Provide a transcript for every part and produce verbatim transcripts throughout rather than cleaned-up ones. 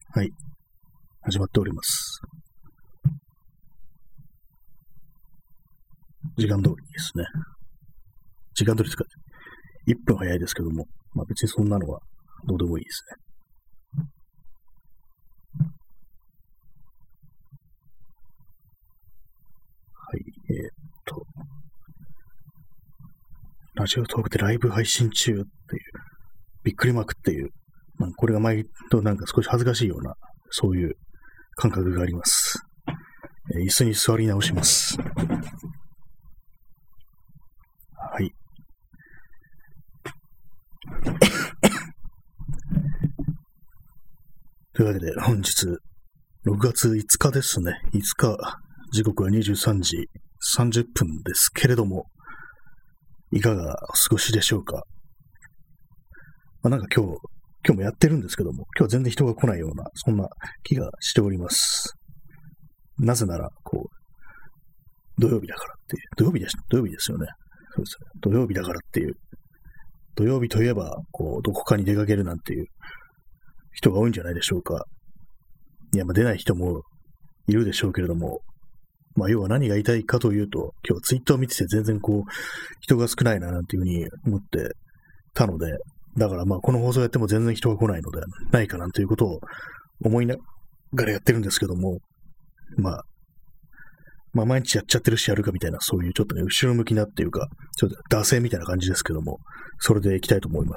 はい。始まっております。時間通りですね。時間通りですか？いっぷん早いですけども、まあ別にそんなのはどうでもいいですね。はい。えーっと、ラジオトークでライブ配信中っていう、びっくりマークっていう、まあこれが毎度なんか少し恥ずかしいような、そういう感覚があります。えー椅子に座り直します。はい。というわけで、本日、ろくがついつかですね。いつか、時刻はにじゅうさんじさんじゅっぷんですけれども、いかがお過ごしでしょうか。まあ、なんか今日、今日もやってるんですけども、今日は全然人が来ないような、そんな気がしております。なぜなら、こう、土曜日だからっていう、土曜日です、土曜日ですよね。そうですね。土曜日だからっていう、土曜日といえば、こう、どこかに出かけるなんていう人が多いんじゃないでしょうか。いや、まあ出ない人もいるでしょうけれども、まあ要は何が言いたいかというと、今日ツイッターを見てて全然こう、人が少ないななんていうふうに思ってたので、だからまあこの放送やっても全然人が来ないのでないかなんていうことを思いながらやってるんですけども、まあ、まあ毎日やっちゃってるしやるかみたいな、そういうちょっとね、後ろ向きなっていうか、ちょっと惰性みたいな感じですけども、それでいきたいと思います。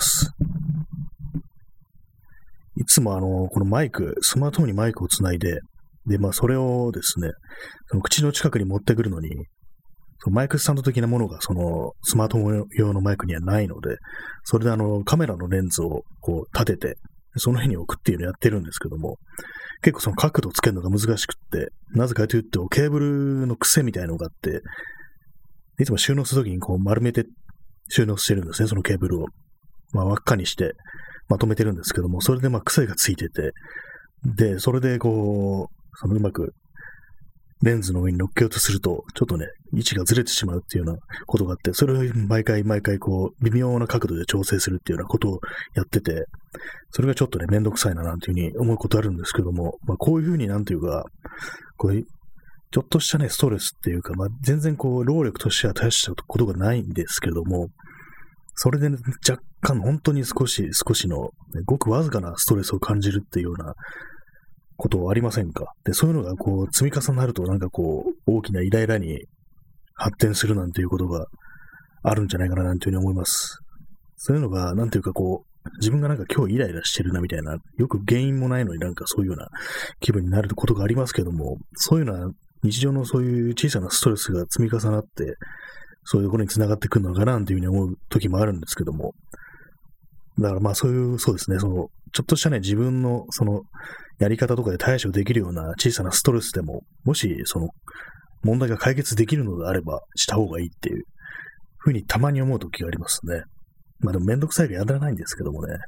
いつもあの、このマイク、スマートフォンにマイクをつないで、で、まあそれをですね、その口の近くに持ってくるのに、そのマイクスタンド的なものがそのスマートフォン用のマイクにはないので、それであのカメラのレンズをこう立てて、その辺に置くっていうのをやってるんですけども、結構その角度をつけるのが難しくって、なぜかというとケーブルの癖みたいなのがあって、いつも収納するときにこう丸めて収納してるんですね、そのケーブルを。まあ輪っかにしてまとめてるんですけども、それでまあ癖がついてて、で、それでこう、そのうまくレンズの上に乗っけようとすると、ちょっとね、位置がずれてしまうっていうようなことがあって、それを毎回毎回こう、微妙な角度で調整するっていうようなことをやってて、それがちょっとね、めんどくさいななんていうふうに思うことあるんですけども、まあこういうふうになんていうか、こういう、ちょっとしたね、ストレスっていうか、まあ全然こう、労力としては大したことがないんですけども、それで、ね、若干本当に少し、少しの、ね、ごくわずかなストレスを感じるっていうようなことはありませんか？で、そういうのがこう積み重なるとなんかこう大きなイライラに発展するなんていうことがあるんじゃないかななんていうふうに思います。そういうのがなんていうかこう自分がなんか今日イライラしてるなみたいな、よく原因もないのになんかそういうような気分になることがありますけども、そういうのは日常のそういう小さなストレスが積み重なって、そういうところに繋がってくるのかなっていうふうに思う時もあるんですけども、だからまあそういう、そうですね、その、ちょっとしたね、自分のその、やり方とかで対処できるような小さなストレスでも、もしその、問題が解決できるのであれば、した方がいいっていうふうにたまに思う時がありますね。まあでもめんどくさいからやらないんですけどもね。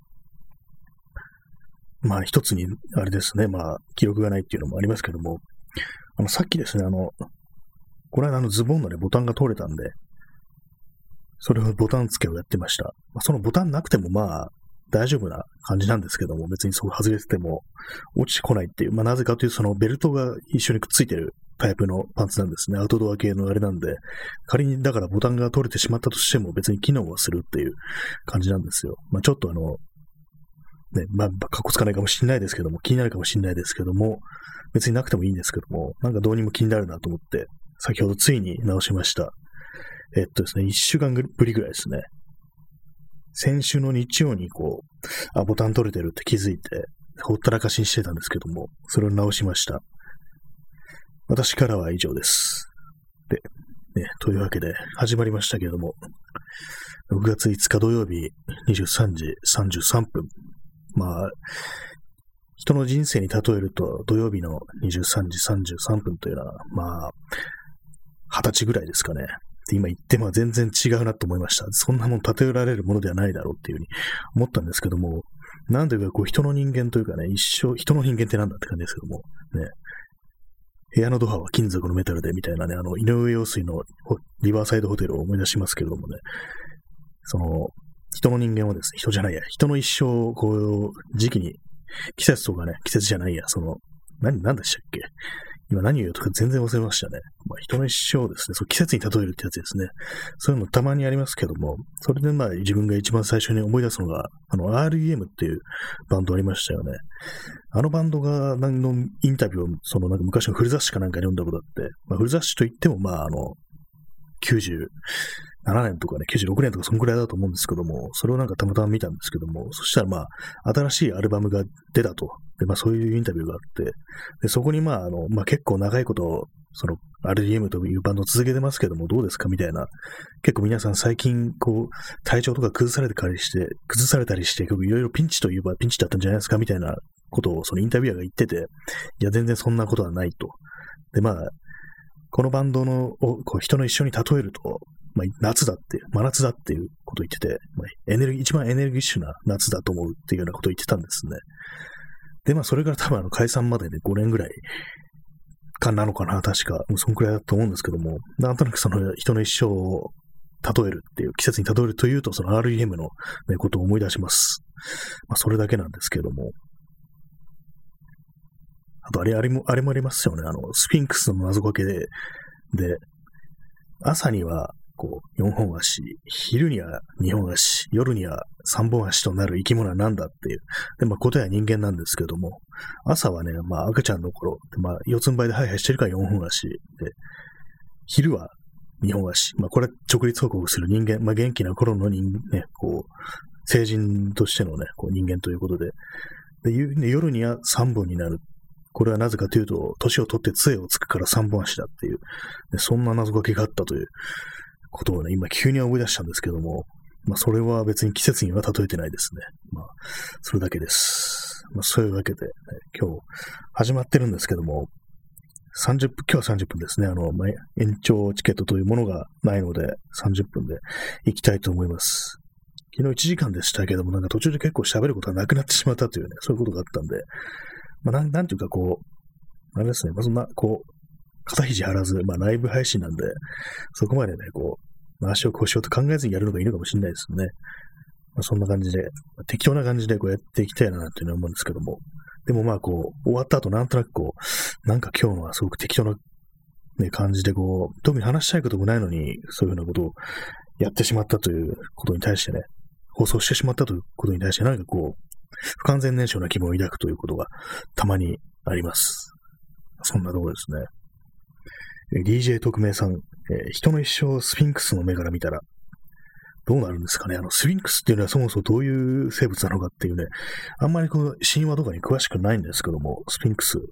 まあ一つに、あれですね、まあ記録がないっていうのもありますけども、あの、さっきですね、あの、この間あのズボンのね、ボタンが取れたんで、それをボタン付けをやってました。まあ、そのボタンなくてもまあ大丈夫な感じなんですけども、別にそう外れてても落ちてこないっていう、まあなぜかというとそのベルトが一緒にくっついてるタイプのパンツなんですね。アウトドア系のあれなんで、仮にだからボタンが取れてしまったとしても別に機能はするっていう感じなんですよ。まあちょっとあの、ね、まあ、かっこつかないかもしれないですけども、気になるかもしれないですけども、別になくてもいいんですけども、なんかどうにも気になるなと思って、先ほどついに直しました。えっとですね、一週間ぶりぐらいですね。先週の日曜にこう、あ、ボタン取れてるって気づいて、ほったらかしにしてたんですけども、それを直しました。私からは以上です。で、ね、というわけで始まりましたけれども、ろくがついつか土曜日にじゅうさんじさんじゅうさんぷん。まあ、人の人生に例えると土曜日のにじゅうさんじさんじゅうさんぷんというのは、まあ、はたちぐらいですかね。今言っても全然違うなと思いました。そんなもん例えられるものではないだろうっていうふうに思ったんですけども、なんというかこう人の人間というかね、一生、人の人間ってなんだって感じですけども、ね、部屋のドアは金属のメタルでみたいなね、あの、井上陽水のリバーサイドホテルを思い出しますけれどもね、その、人の人間はですね、人じゃないや、人の一生をこう、時期に季節とかね、季節じゃないや、その、何、何でしたっけ？今何を言うとか全然忘れましたね。まあ、人の一生をですね、そう季節に例えるってやつですね。そういうのたまにありますけども、それでまあ自分が一番最初に思い出すのが、あの アールイーエム っていうバンドありましたよね。あのバンドが何のインタビューを、そのなんか昔の古雑誌かなんかに読んだことあって、まあ、古雑誌といってもまああの、きゅうじゅうななねんとかね、きゅうじゅうろくねんとかそんくらいだと思うんですけども、それをなんかたまたま見たんですけども、そしたらまあ、新しいアルバムが出たと。で、まあそういうインタビューがあって、で、そこにまあ、あの、まあ結構長いこと、その アールイーエム というバンドを続けてますけども、どうですかみたいな。結構皆さん最近、こう、体調とか崩されてたりして、崩されたりして、結構いろいろピンチといえばピンチだったんじゃないですかみたいなことをそのインタビュアーが言ってて、いや、全然そんなことはないと。で、まあ、このバンドのをこう人の一緒に例えると、まあ、夏だっていう、真夏だっていうことを言ってて、まあ、エネルギー、一番エネルギッシュな夏だと思うっていうようなことを言ってたんですね。で、まあ、それから多分あの解散まででごねんぐらいかなのかな、確か。そんくらいだと思うんですけども、なんとなくその人の一生を例えるっていう、季節に例えるというと、その アールイーエム の、ね、ことを思い出します。まあ、それだけなんですけども。あと、あれ、あれも、あれもありますよね。あの、スフィンクスの謎かけで、で、朝には、こう、よんほん足、昼にはにほん足、夜にはさんぼん足となる生き物は何だっていう。で、まあ、答えは人間なんですけども、朝はね、まあ、赤ちゃんの頃、でまあ、四つん這いでハイハイしてるからよんほん足、で、昼はにほん足、まあ、これは直立報告する人間、まあ、元気な頃の人ね、こう、成人としてのね、こう人間ということで、で、夜にはさんぼんになる。これはなぜかというと、年を取って杖をつくからさんぼん足だっていう、ね、そんな謎かけがあったということをね、今急に思い出したんですけども、まあ、それは別に季節には例えてないですね。まあ、それだけです。まあ、そういうわけで、ね、今日始まってるんですけども、さんじゅっぷん、今日はさんじゅっぷんですね。あの、まあ、延長チケットというものがないので、さんじゅっぷんで行きたいと思います。昨日いちじかんでしたけども、なんか途中で結構喋ることがなくなってしまったというね、そういうことがあったんで、まあ、なん、なんていうかこう、あれですね、まあ、そんな、こう、肩肘張らず、まあ、ライブ配信なんで、そこまでね、こう、足をこうしようと考えずにやるのがいいのかもしれないですね。まあ、そんな感じで、まあ、適当な感じでこうやっていきたいな、というのは思うんですけども、でもまあ、こう、終わった後、なんとなくこう、なんか今日のはすごく適当な、ね、感じで、こう、特に話したいこともないのに、そういうふうなことをやってしまったということに対してね、放送してしまったということに対して、何かこう、不完全燃焼な気分を抱くということがたまにあります。そんなところですね。ディージェー 特命さん、えー、人の一生をスフィンクスの目から見たらどうなるんですかね。あの、スフィンクスっていうのはそもそもどういう生物なのかっていうね、あんまりこの神話とかに詳しくないんですけども、スフィンクス、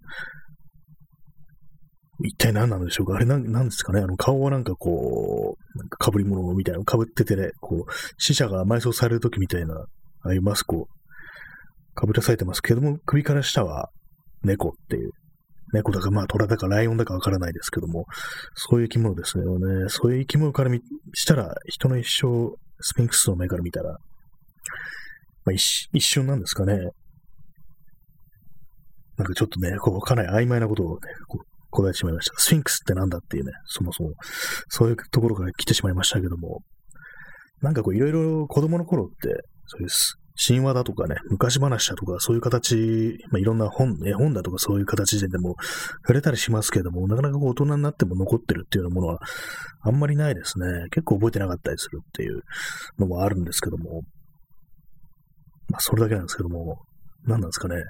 一体何なんでしょうか。あれなん、なんですかね。あの、顔はなんかこう、なんか被り物みたいなの被っててね、こう、死者が埋葬されるときみたいな、ああいうマスクを被らされてますけども、首から下は猫っていう。猫だか、まあ、虎だか、ライオンだかわからないですけども、そういう生き物ですね。そういう生き物から見したら、人の一生、スフィンクスの目から見たら、まあ、一, 一瞬なんですかね。なんかちょっとね、こう、かなり曖昧なことをね、こう答えてしまいました。スフィンクスってなんだっていうね、そもそも、そういうところから来てしまいましたけども、なんかこう、いろいろ子供の頃って、そういう神話だとかね、昔話だとか、そういう形、まあ、いろんな本、絵本だとかそういう形ででも触れたりしますけども、なかなかこう大人になっても残ってるっていうようなものはあんまりないですね。結構覚えてなかったりするっていうのもあるんですけども、まあそれだけなんですけども、何なんですかね。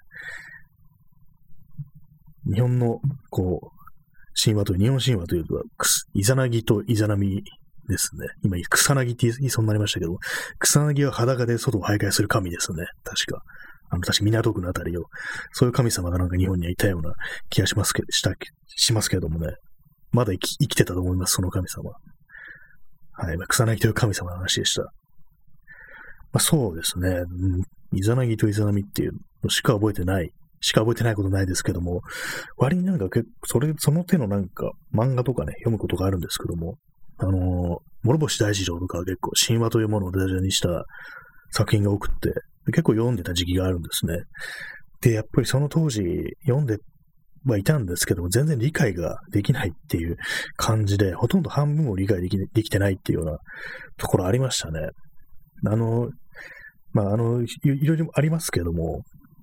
日本のこう、神話という、日本神話というと、イザナギとイザナミですね。今、草薙って言いそうになりましたけど、草薙は裸で外を徘徊する神ですね。確か。あの、確か港区のあたりを。そういう神様がなんか日本にはいたような気がしますけど、した、しますけどもね。まだ生き、生きてたと思います、その神様。はい。まあ、草薙という神様の話でした。まあ、そうですね。うん、イザナギとイザナミっていうのしか覚えてない。しか覚えてないことないですけども、割になんか結構、それ、その手のなんか漫画とかね、読むことがあるんですけども、あのー、諸星大二郎とかは結構神話というものを題材にした作品が多くって、結構読んでた時期があるんですね。で、やっぱりその当時読んではいたんですけども、全然理解ができないっていう感じで、ほとんど半分も理解でき、できてないっていうようなところありましたね。あの、まあ、あの、い、いろいろありますけども、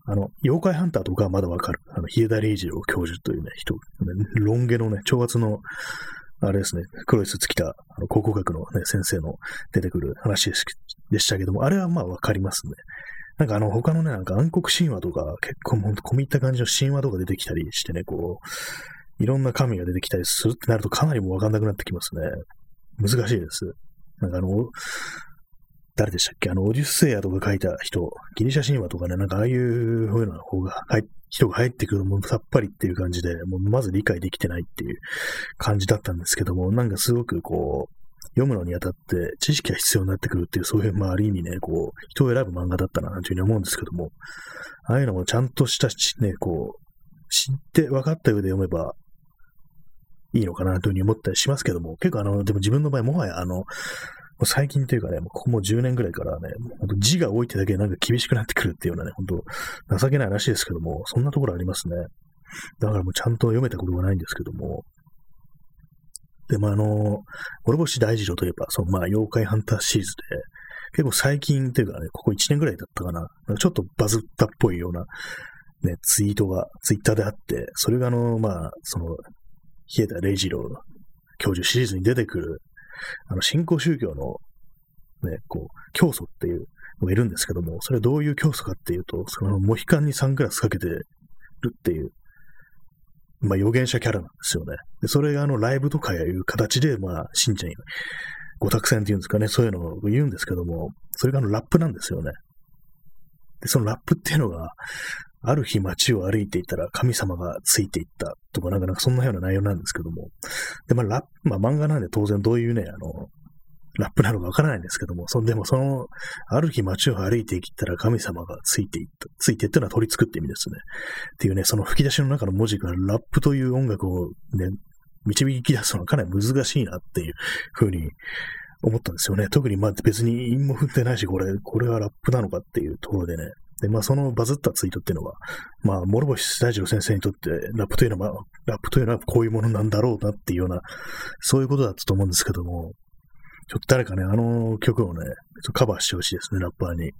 あの、妖怪ハンターとかはまだわかる。あの、日枝礼二郎教授というね、人、ロン毛のね、長髪の、あれですね、黒いスーツ着た、あの、考古学のね、先生の出てくる話でしたけども、あれはまあわかりますね。なんかあの、他のね、なんか暗黒神話とか、結構もう込み入った感じの神話とか出てきたりしてね、こう、いろんな神が出てきたりするってなるとかなりもうわかんなくなってきますね。難しいです。なんかあの、誰でしたっけあの、オデュッセイアとか書いた人、ギリシャ神話とかね、なんかああいう風な方が、人が入ってくるもうさっぱりっていう感じで、もうまず理解できてないっていう感じだったんですけども、なんかすごくこう、読むのにあたって知識が必要になってくるっていう、そういう、まあある意味ね、こう、人を選ぶ漫画だったな、というふうに思うんですけども、ああいうのもちゃんとしたね、こう、知って分かった上で読めばいいのかなというふうに思ったりしますけども、結構あの、でも自分の場合、もはやあの、最近というかね、もうここもうじゅうねんぐらいからね、本当字が多いってだけでなんか厳しくなってくるっていうようなね、本当情けない話ですけども、そんなところありますね。だからもうちゃんと読めたことがないんですけども、でもあの、諸星大二郎といえば、そのまあ、妖怪ハンターシリーズで、結構最近というかね、ここいちねんぐらいだったかな、ちょっとバズったっぽいような、ね、ツイートが、ツイッターであって、それがあの、まあ、その、日枝礼二郎教授シリーズに出てくる、あの、新興宗教の、ね、こう、教祖っていうのがいるんですけども、それはどういう教祖かっていうと、その、モヒカンにサングラスかけてるっていう、まあ、預言者キャラなんですよね。で、それがあの、ライブとかいう形で、まあ、信者にご託戦っていうんですかね、そういうのを言うんですけども、それがあの、ラップなんですよね。で、そのラップっていうのが、ある日街を歩いていたら神様がついていったとか、なんかなんかそんなような内容なんですけども。で、まあ、ラップ、まあ、漫画なんで当然どういうね、あの、ラップなのかわからないんですけども、そでもその、ある日街を歩いていったら神様がついていった。ついてっていうのは取り付くって意味ですね。っていうね、その吹き出しの中の文字からラップという音楽をね、導き出すのはかなり難しいなっていうふうに思ったんですよね。特にまあ別に韻も踏んでないし、これ、これはラップなのかっていうところでね。で、まあそのバズったツイートっていうのは、まあ、諸星大二郎先生にとってラップというのは、まあ、ラップというのはこういうものなんだろうなっていうような、そういうことだったと思うんですけども、ちょっと誰かね、あの曲をね、カバーしてほしいですね、ラッパーに。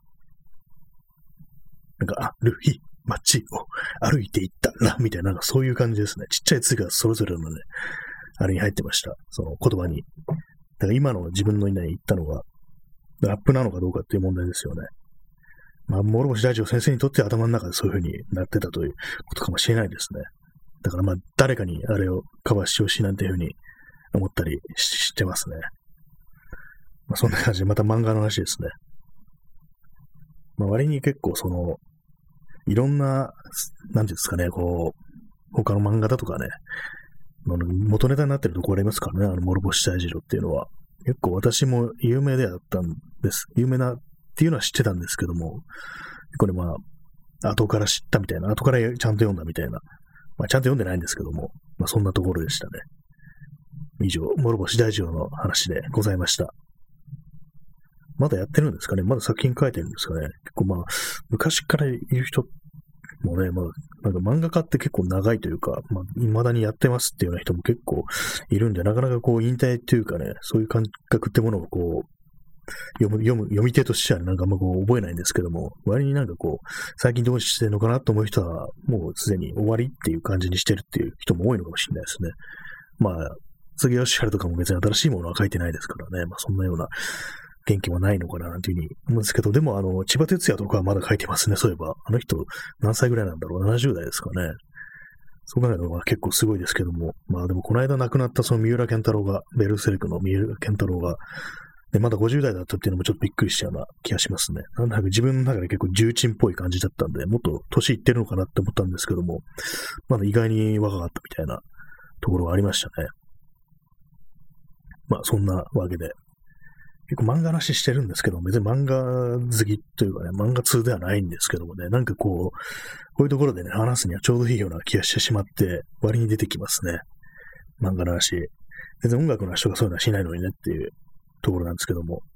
なんか、ある日、街を歩いていったら、みたいな、なんかそういう感じですね。ちっちゃい字がそれぞれのね、あれに入ってました。その言葉に。だから今の自分のいない言ったのが、ラップなのかどうかっていう問題ですよね。まあ、諸星大二郎先生にとって頭の中でそういう風になってたということかもしれないですね。だからまあ、誰かにあれをカバーしてほしいなんていう風に思ったりしてますね。まあ、そんな感じで、また漫画の話ですね。まあ、割に結構その、いろんな、なんていうんですかね、こう、他の漫画だとかね、元ネタになってるところありますからね、あの、諸星大二郎っていうのは。結構私も有名であったんです。有名なっていうのは知ってたんですけども、これまあ、後から知ったみたいな、後からちゃんと読んだみたいな、まあ、ちゃんと読んでないんですけども、まあ、そんなところでしたね。以上、諸星大二郎の話でございました。まだやってるんですかね、まだ作品書いてるんですかね。結構まあ、昔からいる人もね、まあ、なんか漫画家って結構長いというか、まあ、未だにやってますっていうような人も結構いるんで、なかなかこう、引退っていうかね、そういう感覚ってものをこう、読む、読む、読み手としてはなんかあんまこう覚えないんですけども、割になんかこう、最近どうしてるのかなと思う人は、もうすでに終わりっていう感じにしてるっていう人も多いのかもしれないですね。まあ、杉吉春とかも別に新しいものは書いてないですからね、まあそんなような元気もないのかななんていうふうに思うんですけど、でもあの、千葉哲也とかはまだ書いてますね、そういえば。あの人、何歳ぐらいなんだろう、ななじゅう代ですかね。そう考えるのは結構すごいですけども、まあでもこの間亡くなったその三浦健太郎が、ベルセルクの三浦健太郎が、で、まだごじゅう代だったっていうのもちょっとびっくりしたような気がしますね。なんだか自分の中で結構重鎮っぽい感じだったんで、もっと年いってるのかなって思ったんですけども、まだ意外に若かったみたいなところがありましたね。まあそんなわけで、結構漫画の話してるんですけども、別に漫画好きというかね、漫画通ではないんですけどもね、なんかこう、こういうところでね、話すにはちょうどいいような気がしてしまって、割に出てきますね。漫画の話。全然音楽の話とかそういうのはしないのにねっていうところなんですけども。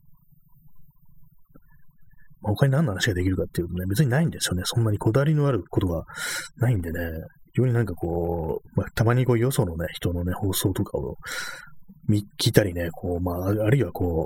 まあ、他に何の話ができるかっていうとね、別にないんですよね。そんなにこだわりのあることがないんでね、非常になんかこう、まあ、たまにこう、よそのね、人のね、放送とかを聞いたりね、こう、まあ、あるいはこう、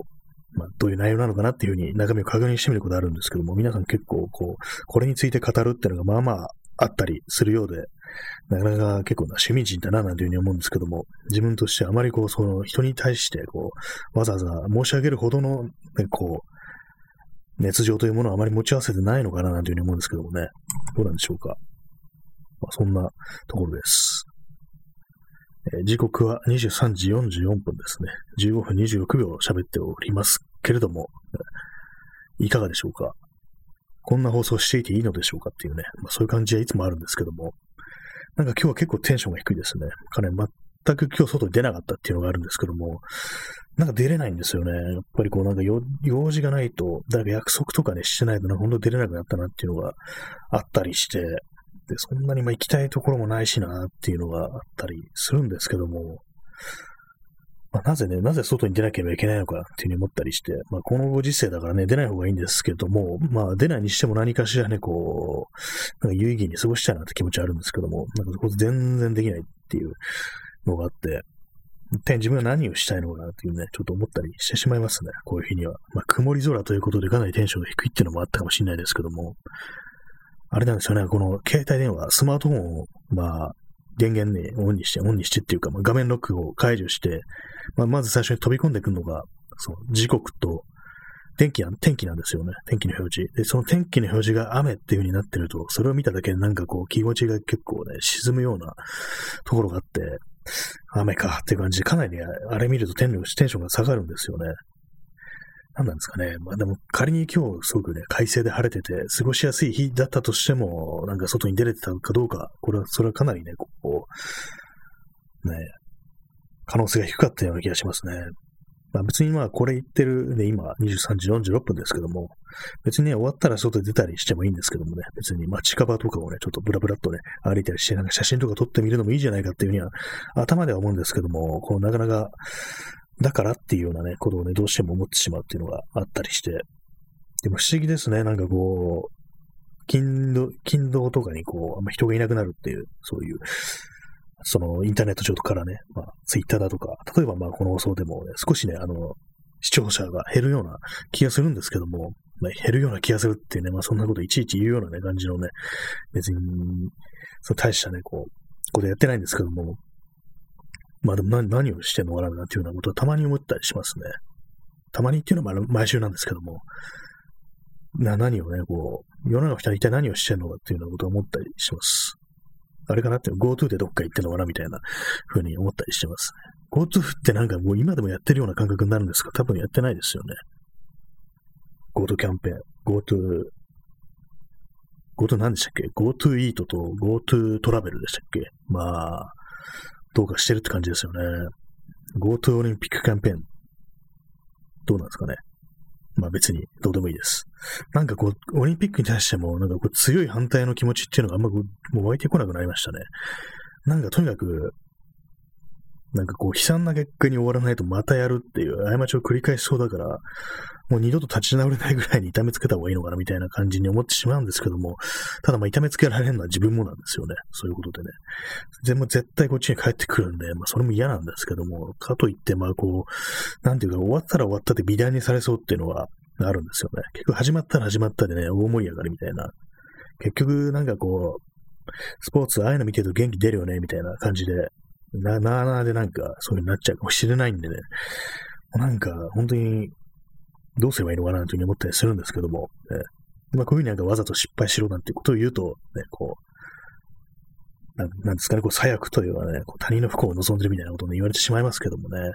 まあ、どういう内容なのかなっていうふうに中身を確認してみることあるんですけども、皆さん結構こう、これについて語るっていうのがまあまああったりするようで、なかなか結構な趣味人だななんていうふうに思うんですけども、自分としてあまりこう、その人に対してこう、わざわざ申し上げるほどの、ね、こう、熱情というものをあまり持ち合わせてないのかななんていうふうに思うんですけどもね、どうなんでしょうか。まあ、そんなところです。えー、時刻はにじゅうさんじよんじゅうよんぷんですね。じゅうごふんにじゅうろくびょう喋っておりますけれども、いかがでしょうか。こんな放送していていいのでしょうかっていうね、まあ、そういう感じはいつもあるんですけども、なんか今日は結構テンションが低いですね。かね、全く今日外に出なかったっていうのがあるんですけども、なんか出れないんですよね。やっぱりこうなんか用事がないと、誰か約束とかね、してないとなんか本当出れなくなったなっていうのがあったりして、で、そんなにまあ行きたいところもないしなっていうのがあったりするんですけども、まあ、なぜね、なぜ外に出なければいけないのかっていうふうに思ったりして、まあ、このご時世だからね、出ない方がいいんですけども、まあ、出ないにしても何かしらね、こう、なんか有意義に過ごしたいなって気持ちはあるんですけども、なんかそこ全然できないっていうのがあって、一体自分は何をしたいのかなっていうね、ちょっと思ったりしてしまいますね、こういう日には。まあ、曇り空ということでかなりテンションが低いっていうのもあったかもしれないですけども、あれなんですよね、この携帯電話、スマートフォンを、まあ、電源ね、オンにして、オンにしてっていうか、まあ、画面ロックを解除して、まあ、まず最初に飛び込んでくるのが、そう、時刻と天気や、天気なんですよね。天気の表示。で、その天気の表示が雨っていう風になってると、それを見ただけでなんかこう、気持ちが結構ね、沈むようなところがあって、雨かっていう感じで、かなりね、あれ見るとテンションが下がるんですよね。何なんですかね。まあでも仮に今日すごくね、快晴で晴れてて、過ごしやすい日だったとしても、なんか外に出れてたかどうか、これは、それはかなりね、こう、ね、可能性が低かったような気がしますね。まあ別にまあこれ言ってるね、今にじゅうさんじよんじゅうろっぷんですけども、別にね、終わったら外に出たりしてもいいんですけどもね、別にまあ近場とかをね、ちょっとブラブラっとね、歩いたりして、なんか写真とか撮ってみるのもいいじゃないかっていうふうには、頭では思うんですけども、こうなかなか、だからっていうようなね、ことをね、どうしても思ってしまうっていうのがあったりして、でも不思議ですね、なんかこう、勤労、勤労とかにこう、あんま人がいなくなるっていう、そういう、そのインターネット上からね、まあ、ツイッターだとか、例えばまあこの放送でもね、少しね、あの、視聴者が減るような気がするんですけども、まあ、減るような気がするっていうね、まあそんなこといちいち言うようなね、感じのね、別に、そう大したね、こう、ことやってないんですけども、まあでも何何をしてんのかななんていうようなことはたまに思ったりしますね。たまにっていうのはまあ毎週なんですけども、な何をね、こう、世の中の人は一体何をしてんのかっていうようなことを思ったりします。あれかなって、GoTo でどっか行ってんのかなみたいな風に思ったりしてますね。GoTo ってなんかもう今でもやってるような感覚になるんですか？多分やってないですよね。GoTo キャンペーン、GoTo、GoTo 何でしたっけ？ GoTo イートと GoTo トラベルでしたっけ？まあ、どうかしてるって感じですよね。GoTo オリンピックキャンペーン、どうなんですかね。まあ別にどうでもいいです。なんかこう、オリンピックに対しても、なんかこう強い反対の気持ちっていうのがあんまもう湧いてこなくなりましたね。なんかとにかく、なんかこう悲惨な結果に終わらないとまたやるっていう過ちを繰り返しそうだから、もう二度と立ち直れないぐらいに痛めつけた方がいいのかなみたいな感じに思ってしまうんですけども、ただまあ痛めつけられるのは自分もなんですよね。そういうことでね。全部絶対こっちに帰ってくるんで、まあそれも嫌なんですけども、かといってまあこう、なんていうか終わったら終わったで美談にされそうっていうのはあるんですよね。結局始まったら始まったでね、大盛り上がりみたいな。結局なんかこう、スポーツああいうの見てると元気出るよねみたいな感じで、な、なーなーでなんかそういう風になっちゃうかもしれないんでね。なんか本当にどうすればいいのかなというふうに思ったりするんですけども、ね、まあこういうふうになんかわざと失敗しろなんていうことを言うと、ね、こう、なん、なんですかね、こう左翼というのはね、こう他人の不幸を望んでるみたいなことを、ね、言われてしまいますけどもね。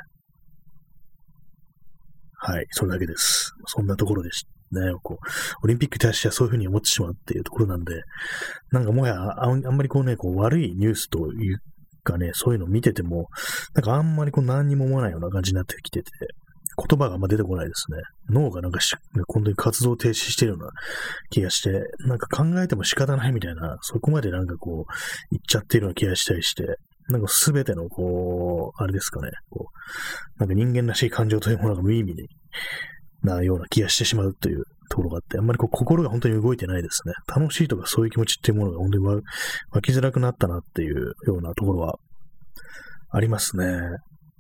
はい、それだけです。そんなところでしね、こう、オリンピックに対してはそういうふうに思ってしまうっていうところなんで、なんかもやあ、あんまりこうね、こう悪いニュースというかね、そういうのを見てても、なんかあんまりこう何にも思わないような感じになってきてて、言葉があんま出てこないですね。脳がなんかし、本当に活動停止してるような気がして、なんか考えても仕方ないみたいな、そこまでなんかこう、言っちゃってるような気がしたりして、なんかすべてのこう、あれですかね、こう、なんか人間らしい感情というものが無意味なような気がしてしまうというところがあって、あんまりこう心が本当に動いてないですね。楽しいとかそういう気持ちっていうものが本当に湧きづらくなったなっていうようなところはありますね。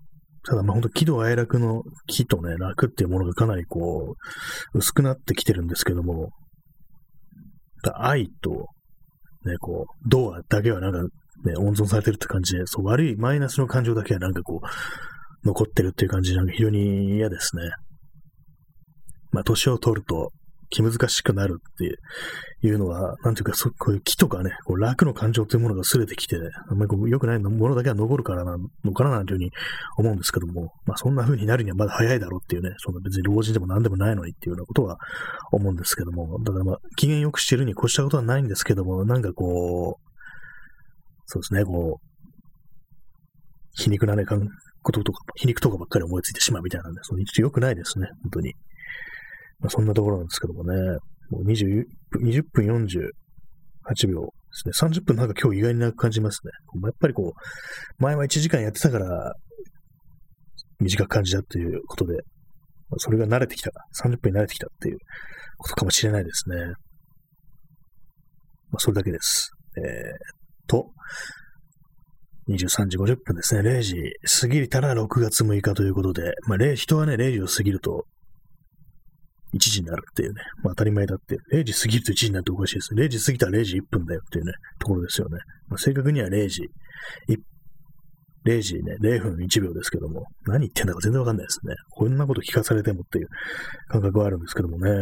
ただまあ本当喜怒哀楽の喜とね、楽っていうものがかなりこう、薄くなってきてるんですけども、愛と、ね、こう、ドアだけはなんかね、温存されてるって感じで、そう悪いマイナスの感情だけはなんかこう、残ってるっていう感じで、なんか非常に嫌ですね。まあ、年を取ると気難しくなるっていうのは、なんていうか、そこういう気とかね、こう楽の感情というものが薄れてきて、あんまりこう良くないものだけは残るからなのかななんていうふうに思うんですけども、まあ、そんな風になるにはまだ早いだろうっていうね、そんな別に老人でも何でもないのにっていうようなことは思うんですけども、だからまあ、機嫌良くしてるに越したことはないんですけども、なんかこう、そうですね、こう、皮肉なね、こととか、皮肉とかばっかり思いついてしまうみたいなんで、その一応良くないですね、本当に。まあ、そんなところなんですけどもね、もうにじゅう、にじゅっぷんよんじゅうはちびょうですね。さんじゅっぷんなんか今日意外に長く感じますね。やっぱりこう、前はいちじかんやってたから短く感じたっていうことで、それが慣れてきた、さんじゅっぷんに慣れてきたっていうことかもしれないですね。まあ、それだけです。えー、と、にじゅうさんじごじゅっぷんですね。れいじ過ぎたらろくがつむいかということで、まあ、人はね、れいじを過ぎるといちじになるっていうね、まあ当たり前だって、れいじ過ぎるといちじになるっておかしいです。れいじ過ぎたられいじいっぷんだよっていうね、ところですよね。まあ、正確にはれいじ、れいじね、れいふんいちびょうですけども、何言ってんだか全然わかんないですね。こんなこと聞かされてもっていう感覚はあるんですけどもね。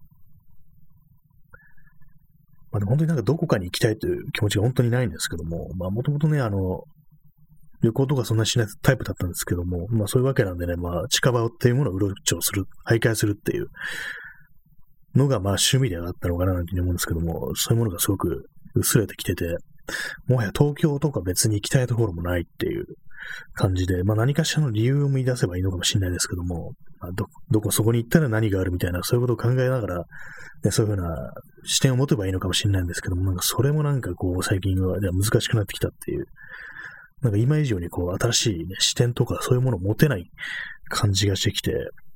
まあ、でも本当になんかどこかに行きたいという気持ちが本当にないんですけども、まあもともとね、あの、旅行とかそんなしないタイプだったんですけども、まあそういうわけなんでね、まあ近場っていうものをうろちょする、徘徊するっていうのがまあ趣味であったのかななんて思うんですけども、そういうものがすごく薄れてきてて、もはや東京とか別に行きたいところもないっていう感じで、まあ何かしらの理由を見出せばいいのかもしれないですけども、まあ、ど、どこそこに行ったら何があるみたいな、そういうことを考えながら、ね、そういうふうな視点を持てばいいのかもしれないんですけども、なんかそれもなんかこう最近は難しくなってきたっていう、なんか今以上にこう新しい、ね、視点とかそういうものを持てない感じがしてきて、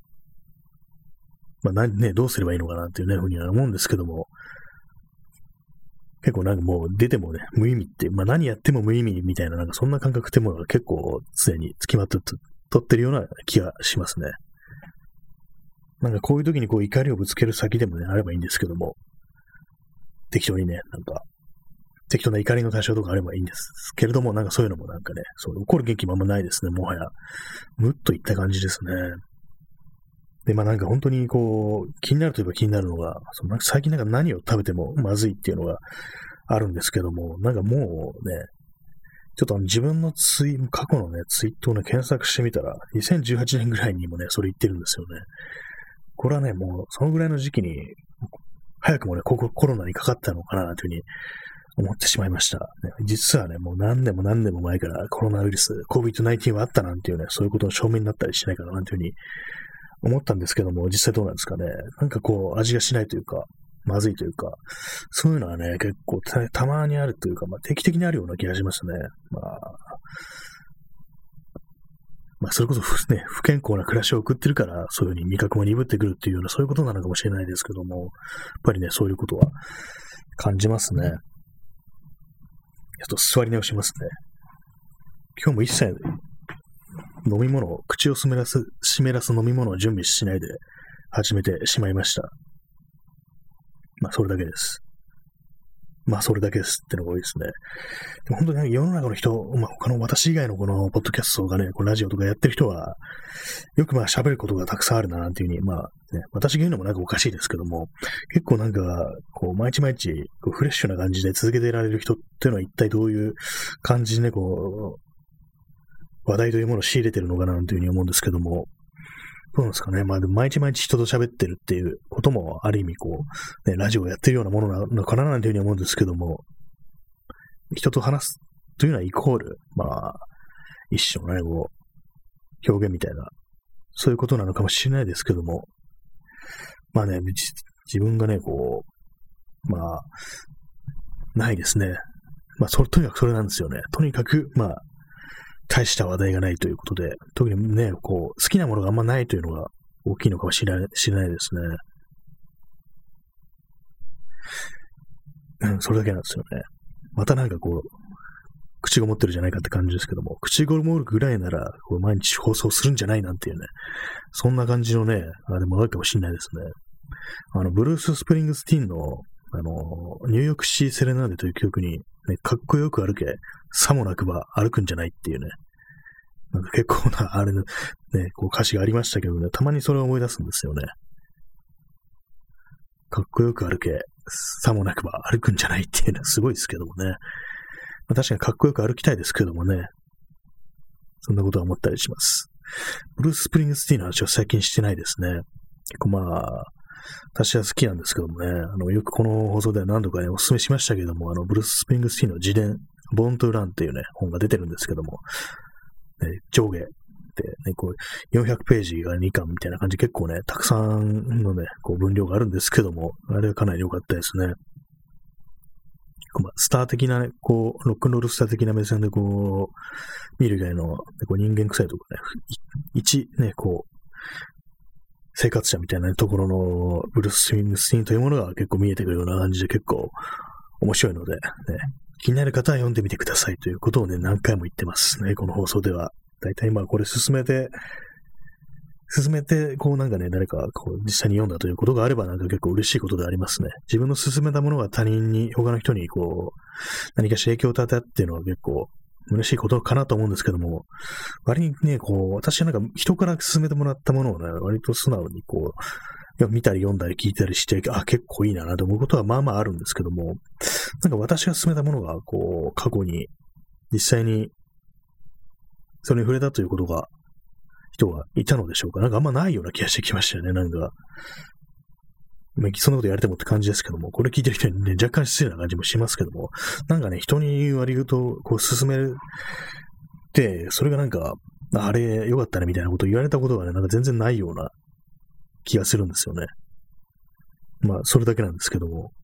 まあ何ね、どうすればいいのかなっていうね、ふうには思うんですけども、結構なんかもう出てもね、無意味って、まあ何やっても無意味みたいな、なんかそんな感覚ってものが結構常に決まって取ってるような気がしますね。なんかこういう時にこう怒りをぶつける先でもね、あればいいんですけども、適当にね、なんか、適当な怒りの対象とかあればいいんですけれども、なんかそういうのもなんかね、そう怒る元気もあんまないですね、もはや。むっといった感じですね。で、まあなんか本当にこう、気になるといえば気になるのが、そのなんか最近なんか何を食べてもまずいっていうのがあるんですけども、なんかもうね、ちょっと自分のツイ、過去のね、ツイートをね、検索してみたら、にせんじゅうはちねんぐらいにもね、それ言ってるんですよね。これはね、もうそのぐらいの時期に、早くもね、コロナにかかったのかな、というふうに思ってしまいました。ね、実はね、もう何年も何年も前からコロナウイルス、コビッドナインティーン はあったなんていうね、そういうことの証明になったりしないかな、なんていうふうに思ったんですけども、実際どうなんですかね。なんかこう、味がしないというか、まずいというか、そういうのはね、結構 た, たまにあるというか、まあ、定期的にあるような気がしますね。まあ、まあ、それこそね、不健康な暮らしを送ってるから、そういうふうに味覚も鈍ってくるっていうような、そういうことなのかもしれないですけども、やっぱりね、そういうことは感じますね。ちょっと座り直しますね。今日も一切飲み物を、口を湿らす、湿らす飲み物を準備しないで始めてしまいました。まあ、それだけです。まあ、それだけですってのが多いですね。でも本当に、ね、世の中の人、まあ、他の私以外のこのポッドキャストがね、このラジオとかやってる人は、よくまあ喋ることがたくさんあるな、なんていうふうに、まあ、ね、私が言うのもなんかおかしいですけども、結構なんか、こう、毎日毎日、こうフレッシュな感じで続けていられる人っていうのは一体どういう感じでね、こう、話題というものを仕入れてるのかな、というふうに思うんですけども、どうなんですかね。まあ、毎日毎日人と喋ってるっていうことも、ある意味こう、ね、ラジオをやってるようなものなのかな、なんていうふうに思うんですけども、人と話すというのはイコール、まあ、一種のね、こう、表現みたいな、そういうことなのかもしれないですけども、まあね、自分がね、こう、まあ、ないですね。まあ、それ、とにかくそれなんですよね。とにかく、まあ、大した話題がないということで、特にね、こう、好きなものがあんまないというのが大きいのかもしれない、知れないですね。うん、それだけなんですよね。またなんかこう、 口ごもってるじゃないかって感じですけども、口ごもるぐらいなら、こう毎日放送するんじゃないなんていうね、そんな感じのね、あれもあるかもしれないですね。あの、ブルース・スプリングスティーンの、あの、ニューヨークシー・セレナーデという曲に、ね、かっこよく歩け、さもなくば歩くんじゃないっていうね、なんか結構な、あれの、ね、こう歌詞がありましたけどね、たまにそれを思い出すんですよね。かっこよく歩け、さもなくば歩くんじゃないっていうのはすごいですけどもね。まあ、確かにかっこよく歩きたいですけどもね。そんなことは思ったりします。ブルース・スプリングスティーンの話は最近してないですね。結構まあ、私は好きなんですけどもね。あの、よくこの放送では何度かね、お勧めしましたけども、あの、ブルース・スプリングスティーンの自伝、ボーン・トゥ・ランっていうね、本が出てるんですけども、ね、上下で、ね、こう、よんひゃくページがにかんみたいな感じ、結構ね、たくさんのね、こう分量があるんですけども、あれはかなり良かったですね。まあ、スター的なね、こう、ロックンロールスター的な目線でこう、見る以外の、こう人間臭いところね、一、ね、こう、生活者みたいなところのブルース・スプリングスティーンというものが結構見えてくるような感じで結構面白いので、ね、気になる方は読んでみてくださいということをね、何回も言ってますね、この放送では。だいたいまあこれ進めて、進めて、こうなんかね、誰かこう実際に読んだということがあればなんか結構嬉しいことでありますね。自分の進めたものが他人に、他の人にこう、何かしら影響を与えたっていうのは結構嬉しいことかなと思うんですけども、割にね、こう、私はなんか人から進めてもらったものをね、割と素直にこう、見たり読んだり聞いたりして、あ、結構いいなと思うことはまあまああるんですけども、なんか私が進めたものが、こう、過去に実際にそれに触れたということが、人がいたのでしょうか。なんかあんまないような気がしてきましたよね、なんか。そんなことやれてもって感じですけども、これ聞いてる人にね、若干失礼な感じもしますけども、なんかね、人に割とこう進めて、それがなんか、あれ良かったねみたいなことを言われたことがね、なんか全然ないような気がするんですよね。まあ、それだけなんですけども。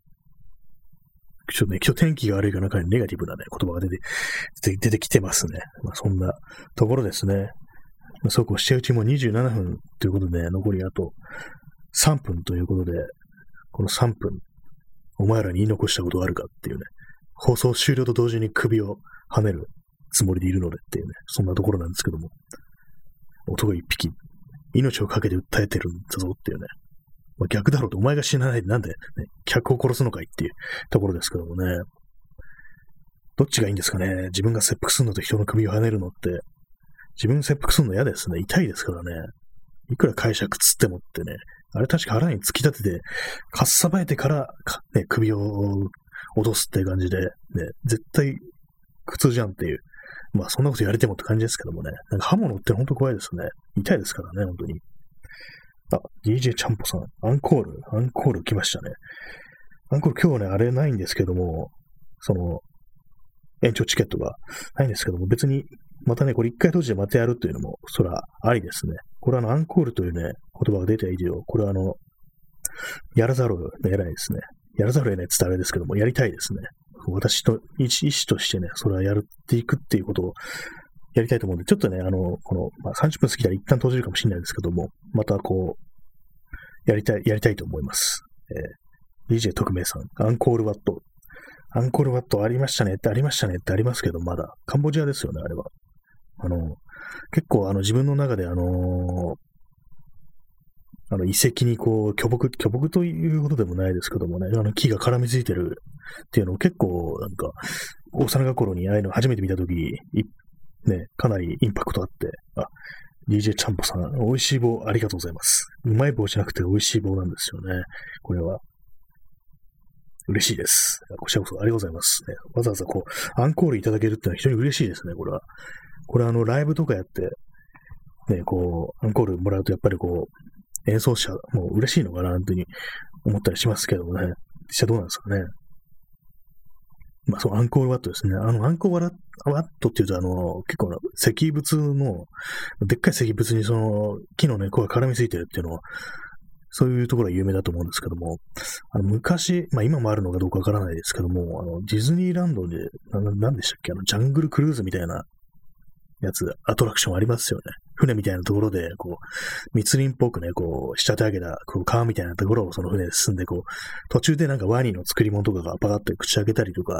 ちょっとね、今日天気が悪いから中にネガティブなね、言葉が出て、出て、出てきてますね。まあ、そんなところですね。そうこうしてうちもにじゅうななふんということで、残りあとさんぷんということで、このさんぷん、お前らに言い残したことがあるかっていうね、放送終了と同時に首をはねるつもりでいるのでっていうね、そんなところなんですけども、男一匹、命をかけて訴えてるんだぞっていうね、まあ、逆だろうと、お前が死なないでなんで、ね、客を殺すのかいっていうところですけどもね、どっちがいいんですかね、自分が切腹するのと人の首をはねるのって、自分切腹するの嫌ですね。痛いですからね。いくら解釈つってもってね。あれ確か腹に突き立てて、かっさばえてから、ね、首を落とすって感じで、ね、絶対苦痛じゃんっていう。まあそんなことやれてもって感じですけどもね。なんか刃物ってほんと怖いですね。痛いですからね、本当に。あ、ディージェー ちゃんぽさん。アンコールアンコール来ましたね。アンコール今日ね、あれないんですけども、その、延長チケットがないんですけども、別に、またね、これ一回閉じてまたやるっていうのも、そら、ありですね。これはあの、アンコールというね、言葉が出た以上、これはあの、やらざるを得ないですね。やらざるを得ないって言ったらあれですけども、やりたいですね。私と、意思としてね、それはやっていくっていうことをやりたいと思うんで、ちょっとね、あの、この、まあ、さんじゅっぷん過ぎたら一旦閉じるかもしれないですけども、またこう、やりたい、やりたいと思います。えー、ディージェー 特命さん、アンコールワット。アンコールワットありましたねってありましたねってありますけど、まだ。カンボジアですよね、あれは。あの、結構あの自分の中であの、あの遺跡にこう巨木、巨木ということでもないですけどもね、あの木が絡みついてるっていうのを結構なんか、幼心頃にああいうの初めて見たとき、ね、かなりインパクトあって、あ、ディージェー ちゃんぽさん、美味しい棒ありがとうございます。うまい棒じゃなくて美味しい棒なんですよね、これは。嬉しいです。こちらこそありがとうございます。ね、わざわざこう、アンコールいただけるってのは非常に嬉しいですね、これは。これはあの、ライブとかやって、ね、こう、アンコールもらうとやっぱりこう、演奏者も嬉しいのかな、なんていうふうに思ったりしますけどもね。実際どうなんですかね。まあ、そう、アンコールワットですね。あの、アンコールワットっていうと、あの、結構な石仏の、でっかい石仏にその、木の根っこが絡みついてるっていうのは、そういうところは有名だと思うんですけども、あの昔、まあ今もあるのかどうかわからないですけども、あのディズニーランドで、な、なんでしたっけ、あのジャングルクルーズみたいなやつ、アトラクションありますよね。船みたいなところで、こう、密林っぽくね、こう、仕立て上げた、こう、川みたいなところをその船で進んで、こう、途中でなんかワニの作り物とかがパカッと口開けたりとか、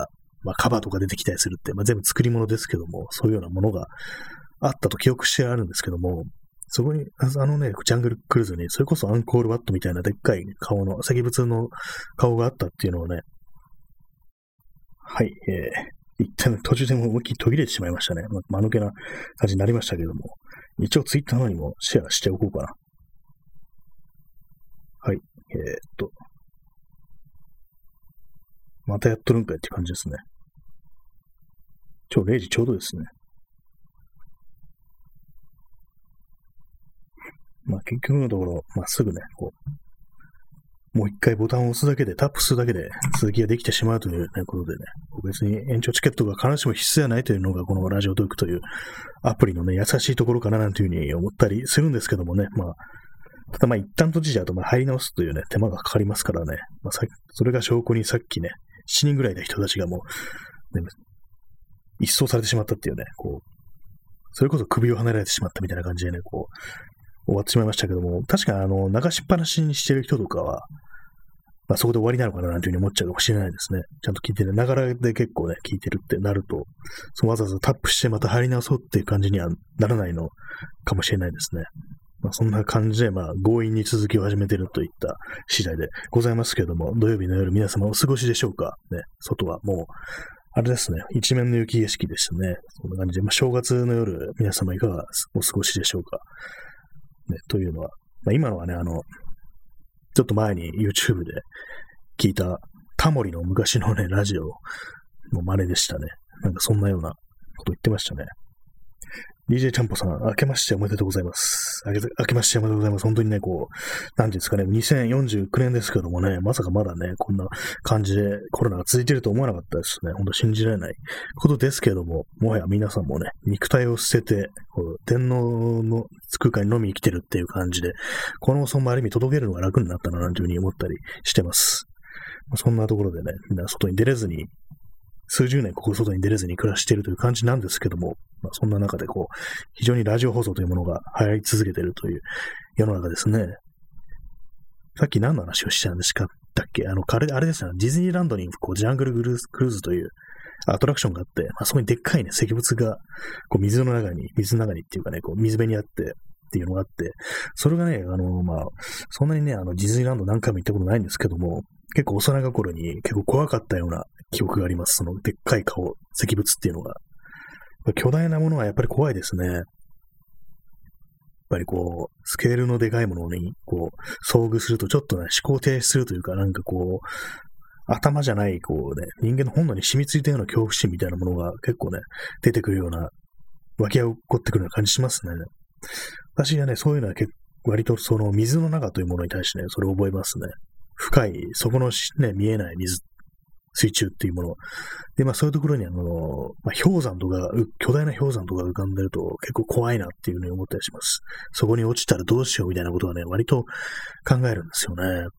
まあ、カバとか出てきたりするって、まあ、全部作り物ですけども、そういうようなものがあったと記憶してあるんですけども、そこに、あのね、ジャングルクルーズに、それこそアンコールワットみたいなでっかい顔の、石仏の顔があったっていうのをね、はい、えー、一旦途中でも思いっきり途切れてしまいましたね。まあ、間抜けな感じになりましたけども、一応ツイッターのにもシェアしておこうかな。はい、えー、っと、またやっとるんかいって感じですね。今日れいじちょうどですね。まあ結局のところ、まあすぐね、こう、もう一回ボタンを押すだけで、タップするだけで続きができてしまうという、ね、ことでね、別に延長チケットが必ずしも必須ではないというのがこのラジオトークというアプリのね、優しいところかななんていうふうに思ったりするんですけどもね、まあ、ただまあ一旦閉じちゃうとまあ入り直すというね、手間がかかりますからね、まあ、さそれが証拠にさっきね、しちにんぐらいの人たちがもう、ね、一掃されてしまったっていうね、こう、それこそ首を離れられてしまったみたいな感じでね、こう、終わってしまいましたけども、確かにあの、流しっぱなしにしてる人とかは、まあそこで終わりなのかななんていうふうに思っちゃうかもしれないですね。ちゃんと聞いてね、ながらで結構ね、聞いてるってなると、そのわざわざタップしてまた入り直そうっていう感じにはならないのかもしれないですね。まあそんな感じで、まあ強引に続きを始めてるといった次第でございますけれども、土曜日の夜皆様お過ごしでしょうかね、外はもう、あれですね、一面の雪景色でしたね。そんな感じで、まあ正月の夜、皆様いかがお過ごしでしょうか。ね、というのは、まあ、今のはね、あの、ちょっと前に YouTube で聞いたタモリの昔のね、ラジオの真似でしたね。なんかそんなようなこと言ってましたね。ディージェー ちゃんぽさん、明けましておめでとうございます。明け、明けましておめでとうございます。本当にね、こう、なんていうんですかね、にせんよんじゅうきゅうねんですけどもね、まさかまだね、こんな感じでコロナが続いていると思わなかったですね。本当信じられないことですけども、もはや皆さんもね、肉体を捨てて、こう天皇の空間に飲みに来てるっていう感じで、この放送もある意味届けるのが楽になったな、なんていうふうに思ったりしてます。まあ、そんなところでね、みんな外に出れずに、数十年ここ外に出れずに暮らしているという感じなんですけども、まあ、そんな中でこう、非常にラジオ放送というものが流行り続けているという世の中ですね。さっき何の話をしたんですかだっけあの、あれ、あれですね、ディズニーランドにこうジャングルクルーズというアトラクションがあって、まあ、そこにでっかいね、石仏がこう水の中に、水の中にっていうかね、こう水辺にあって、っていうのがあって、それがね、あの、まあ、そんなにね、あの、ディズニーランド何回も行ったことないんですけども、結構幼い頃に結構怖かったような記憶があります。そのでっかい顔、石仏っていうのが。巨大なものはやっぱり怖いですね。やっぱりこう、スケールのでかいものに、こう、遭遇するとちょっとね、思考停止するというか、なんかこう、頭じゃない、こうね、人間の本能に染みついたような恐怖心みたいなものが結構ね、出てくるような、湧き起こってくるような感じしますね。私はね、そういうのは結構、割とその水の中というものに対してね、それを覚えますね。深い、そこのね、見えない水、水中っていうもの。で、まあそういうところにあの、まあ、氷山とか、巨大な氷山とか浮かんでると結構怖いなっていうふうに思ったりします。そこに落ちたらどうしようみたいなことはね、割と考えるんですよね。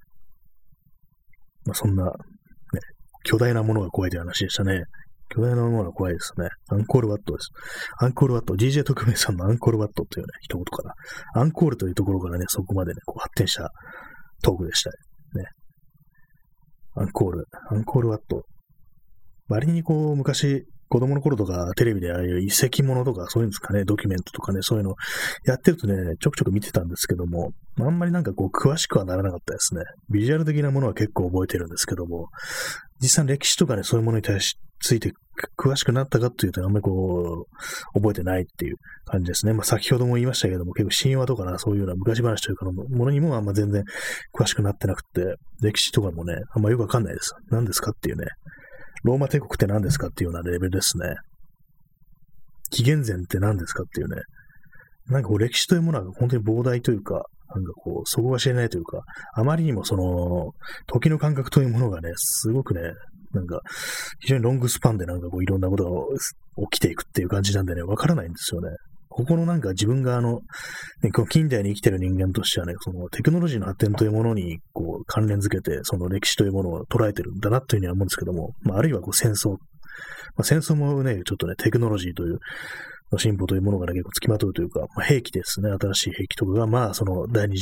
まあそんな、ね、巨大なものが怖いという話でしたね。巨大なものが怖いですね。アンコールワットです。アンコールワット、ディージェー 特命さんのアンコールワットというね、一言から。アンコールというところからね、そこまでね、こう発展したトークでしたね。アンコール、アンコールワット。割にこう、昔、子供の頃とか、テレビでああいう遺跡ものとか、そういうんですかね、ドキュメントとかね、そういうのやってるとね、ちょくちょく見てたんですけども、あんまりなんかこう、詳しくはならなかったですね。ビジュアル的なものは結構覚えてるんですけども、実際歴史とかね、そういうものに対し、ついて詳しくなったかというと、あんまりこう、覚えてないっていう感じですね。まあ先ほども言いましたけども、結構神話とかな、そういうような昔話というかのものにもあんま全然詳しくなってなくて、歴史とかもね、あんまよくわかんないです。何ですかっていうね。ローマ帝国って何ですかっていうようなレベルですね。紀元前って何ですかっていうね。なんかこう歴史というものは本当に膨大というか、なんかこう、そこが知れないというか、あまりにもその、時の感覚というものがね、すごくね、なんか、非常にロングスパンでなんかこう、いろんなことが起きていくっていう感じなんでね、わからないんですよね。ここのなんか自分があの、ね、この近代に生きてる人間としてはね、そのテクノロジーの発展というものにこう関連づけて、その歴史というものを捉えてるんだなというふうには思うんですけども、まあ、あるいはこう戦争、まあ、戦争もね、ちょっとね、テクノロジーという進歩というものがね、結構付きまとうというか、まあ、兵器ですね、新しい兵器とかが、まあ、その第二次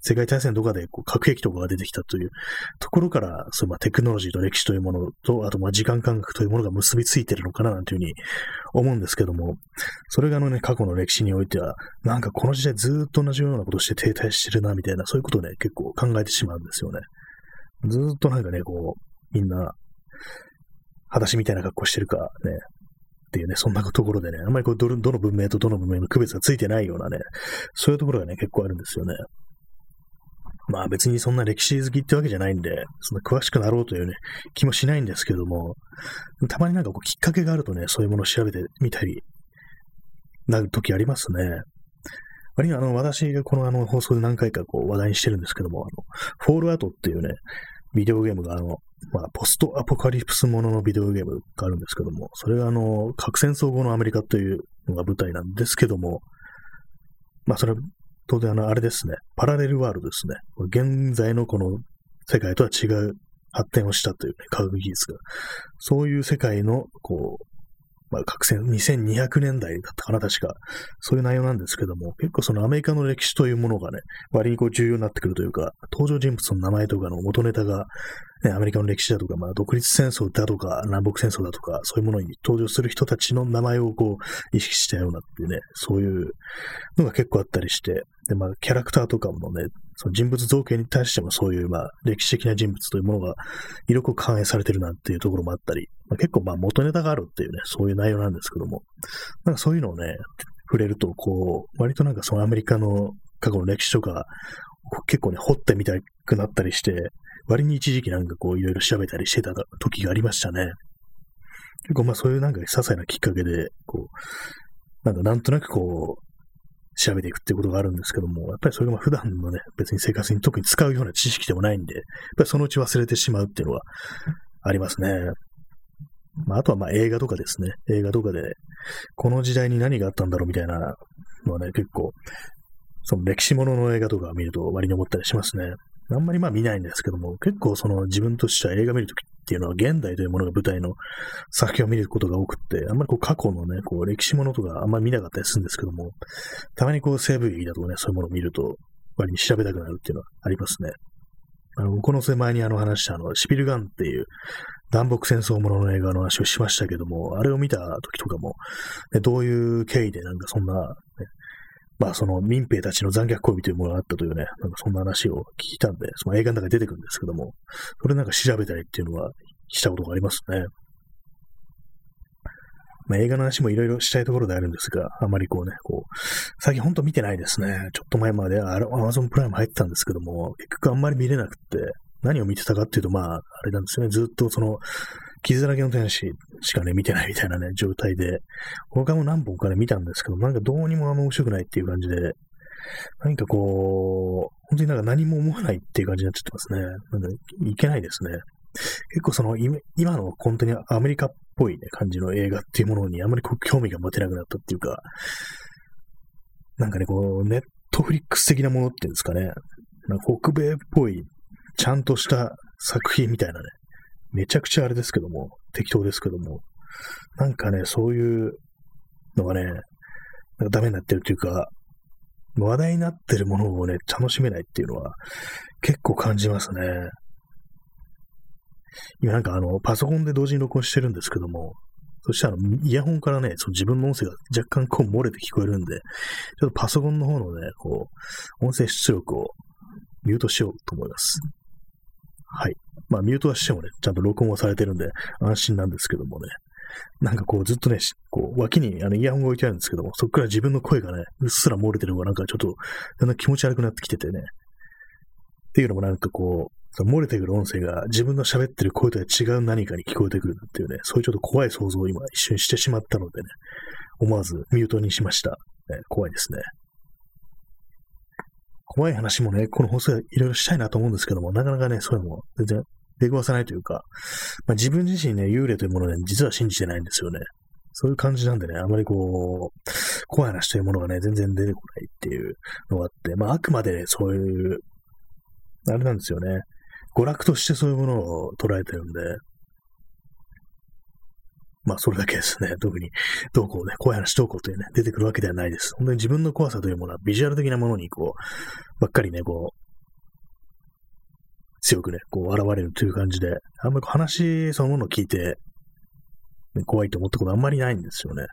世界大戦とかでこう核兵器とかが出てきたというところから、そういうまあテクノロジーと歴史というものと、あとまあ時間感覚というものが結びついているのかななんていうふうに思うんですけども、それがあのね、過去の歴史においては、なんかこの時代ずっと同じようなことをして停滞してるな、みたいな、そういうことをね、結構考えてしまうんですよね。ずーっとなんかね、こう、みんな、裸足みたいな格好してるか、ね、っていうね、そんなところでね、あんまりこうど、どの文明とどの文明の区別がついてないようなね、そういうところがね、結構あるんですよね。まあ別にそんな歴史好きってわけじゃないんで、そんな詳しくなろうというね、気もしないんですけども、たまになんかこうきっかけがあるとね、そういうものを調べてみたり、なる時ありますね。割にあの、私がこのあの放送で何回かこう話題にしてるんですけども、あの、フォールアウトっていうね、ビデオゲームがあの、まあ、ポストアポカリプスもののビデオゲームがあるんですけども、それがあの、核戦争後のアメリカというのが舞台なんですけども、まあ、それは当然あの、あれですね、パラレルワールドですね。現在のこの世界とは違う発展をしたという、ね、科学技術が。そういう世界の、こう、まあ、核戦、にせんにひゃくねんだいだったかな、確か。そういう内容なんですけども、結構そのアメリカの歴史というものがね、割にこう重要になってくるというか、登場人物の名前とかの元ネタが、ね、アメリカの歴史だとか、まあ、独立戦争だとか、南北戦争だとか、そういうものに登場する人たちの名前をこう、意識したようなっていうね、そういうのが結構あったりして、で、まあ、キャラクターとかもね、その人物造形に対してもそういう、まあ、歴史的な人物というものが色濃く反映されてるなんていうところもあったり、まあ、結構まあ元ネタがあるっていうね、そういう内容なんですけども、なんかそういうのをね、触れると、こう、割となんかそのアメリカの過去の歴史とか、結構ね、掘ってみたくなったりして、割に一時期なんかこういろいろ調べたりしてた時がありましたね。結構まあそういうなんか些細なきっかけで、こう、なんかなんとなくこう、調べていくっていうことがあるんですけども、やっぱりそれがまあ普段のね、別に生活に特に使うような知識でもないんで、やっぱりそのうち忘れてしまうっていうのはありますね。まあ、あとはまあ映画とかですね。映画とかで、この時代に何があったんだろうみたいなのはね、結構、その歴史ものの映画とか見ると割に思ったりしますね。あんまりまあ見ないんですけども、結構その自分としては映画見るときっていうのは現代というものが舞台の作品を見ることが多くって、あんまりこう過去のね、こう歴史ものとかあんまり見なかったりするんですけども、たまにこう西部劇だとかね、そういうものを見ると割に調べたくなるっていうのはありますね。あの、この前にあの話したあの、シピルガンっていう南北戦争ものの映画の話をしましたけども、あれを見た時とかも、ね、どういう経緯でなんかそんな、ね、まあその民兵たちの残虐行為というものがあったというね、なんかそんな話を聞いたんで、その映画の中に出てくるんですけども、それなんか調べたりっていうのはしたことがありますね。まあ、映画の話もいろいろしたいところであるんですが、あまりこうね、こう、最近ほんと見てないですね。ちょっと前までアマゾンプライム入ってたんですけども、結局あんまり見れなくって、何を見てたかっていうと、まあ、あれなんですよね。ずっとその、傷だらけの天使しかね、見てないみたいなね、状態で、他も何本かね、見たんですけど、なんかどうにもあんま面白くないっていう感じで、何かこう、本当になんか何も思わないっていう感じになっちゃってますね。なんかいけないですね。結構その今の本当にアメリカっぽい、ね、感じの映画っていうものにあまりこう興味が持てなくなったっていうか、なんかね、こう、ネットフリックス的なものっていうんですかね、なんか北米っぽい、ちゃんとした作品みたいなね、めちゃくちゃあれですけども、適当ですけども、なんかね、そういうのがね、なんかダメになってるっていうか、話題になってるものをね、楽しめないっていうのは結構感じますね。今なんかあの、パソコンで同時に録音してるんですけども、そしたらイヤホンからね、その自分の音声が若干こう漏れて聞こえるんで、ちょっとパソコンの方のね、こう、音声出力をミュートしようと思います。はい。まあミュートはしてもね、ちゃんと録音はされてるんで安心なんですけどもね。なんかこうずっとね、こう脇にあのイヤホンが置いてあるんですけども、そこから自分の声がね、うっすら漏れてるのがなんかちょっと、だんだん気持ち悪くなってきててね。っていうのもなんかこう、その漏れてくる音声が自分の喋ってる声とは違う何かに聞こえてくるっていうね、そういうちょっと怖い想像を今一瞬してしまったのでね、思わずミュートにしました。ね、怖いですね。怖い話もね、この放送でいろいろしたいなと思うんですけども、なかなかね、そういうのも全然出くわさないというか、まあ、自分自身ね、幽霊というものをね、実は信じてないんですよね。そういう感じなんでね、あまりこう、怖い話というものがね、全然出てこないっていうのがあって、まあ、あくまでね、そういう、あれなんですよね。娯楽としてそういうものを捉えてるんで、まあ、それだけですね。特に、どうこうね、怖い話どうこうというね、出てくるわけではないです。本当に自分の怖さというものは、ビジュアル的なものに、こう、ばっかりね、こう、 強くね、こう現れるという感じで、あんまり話そのものを聞いて、ね、怖いと思ったことあんまりないんですよね。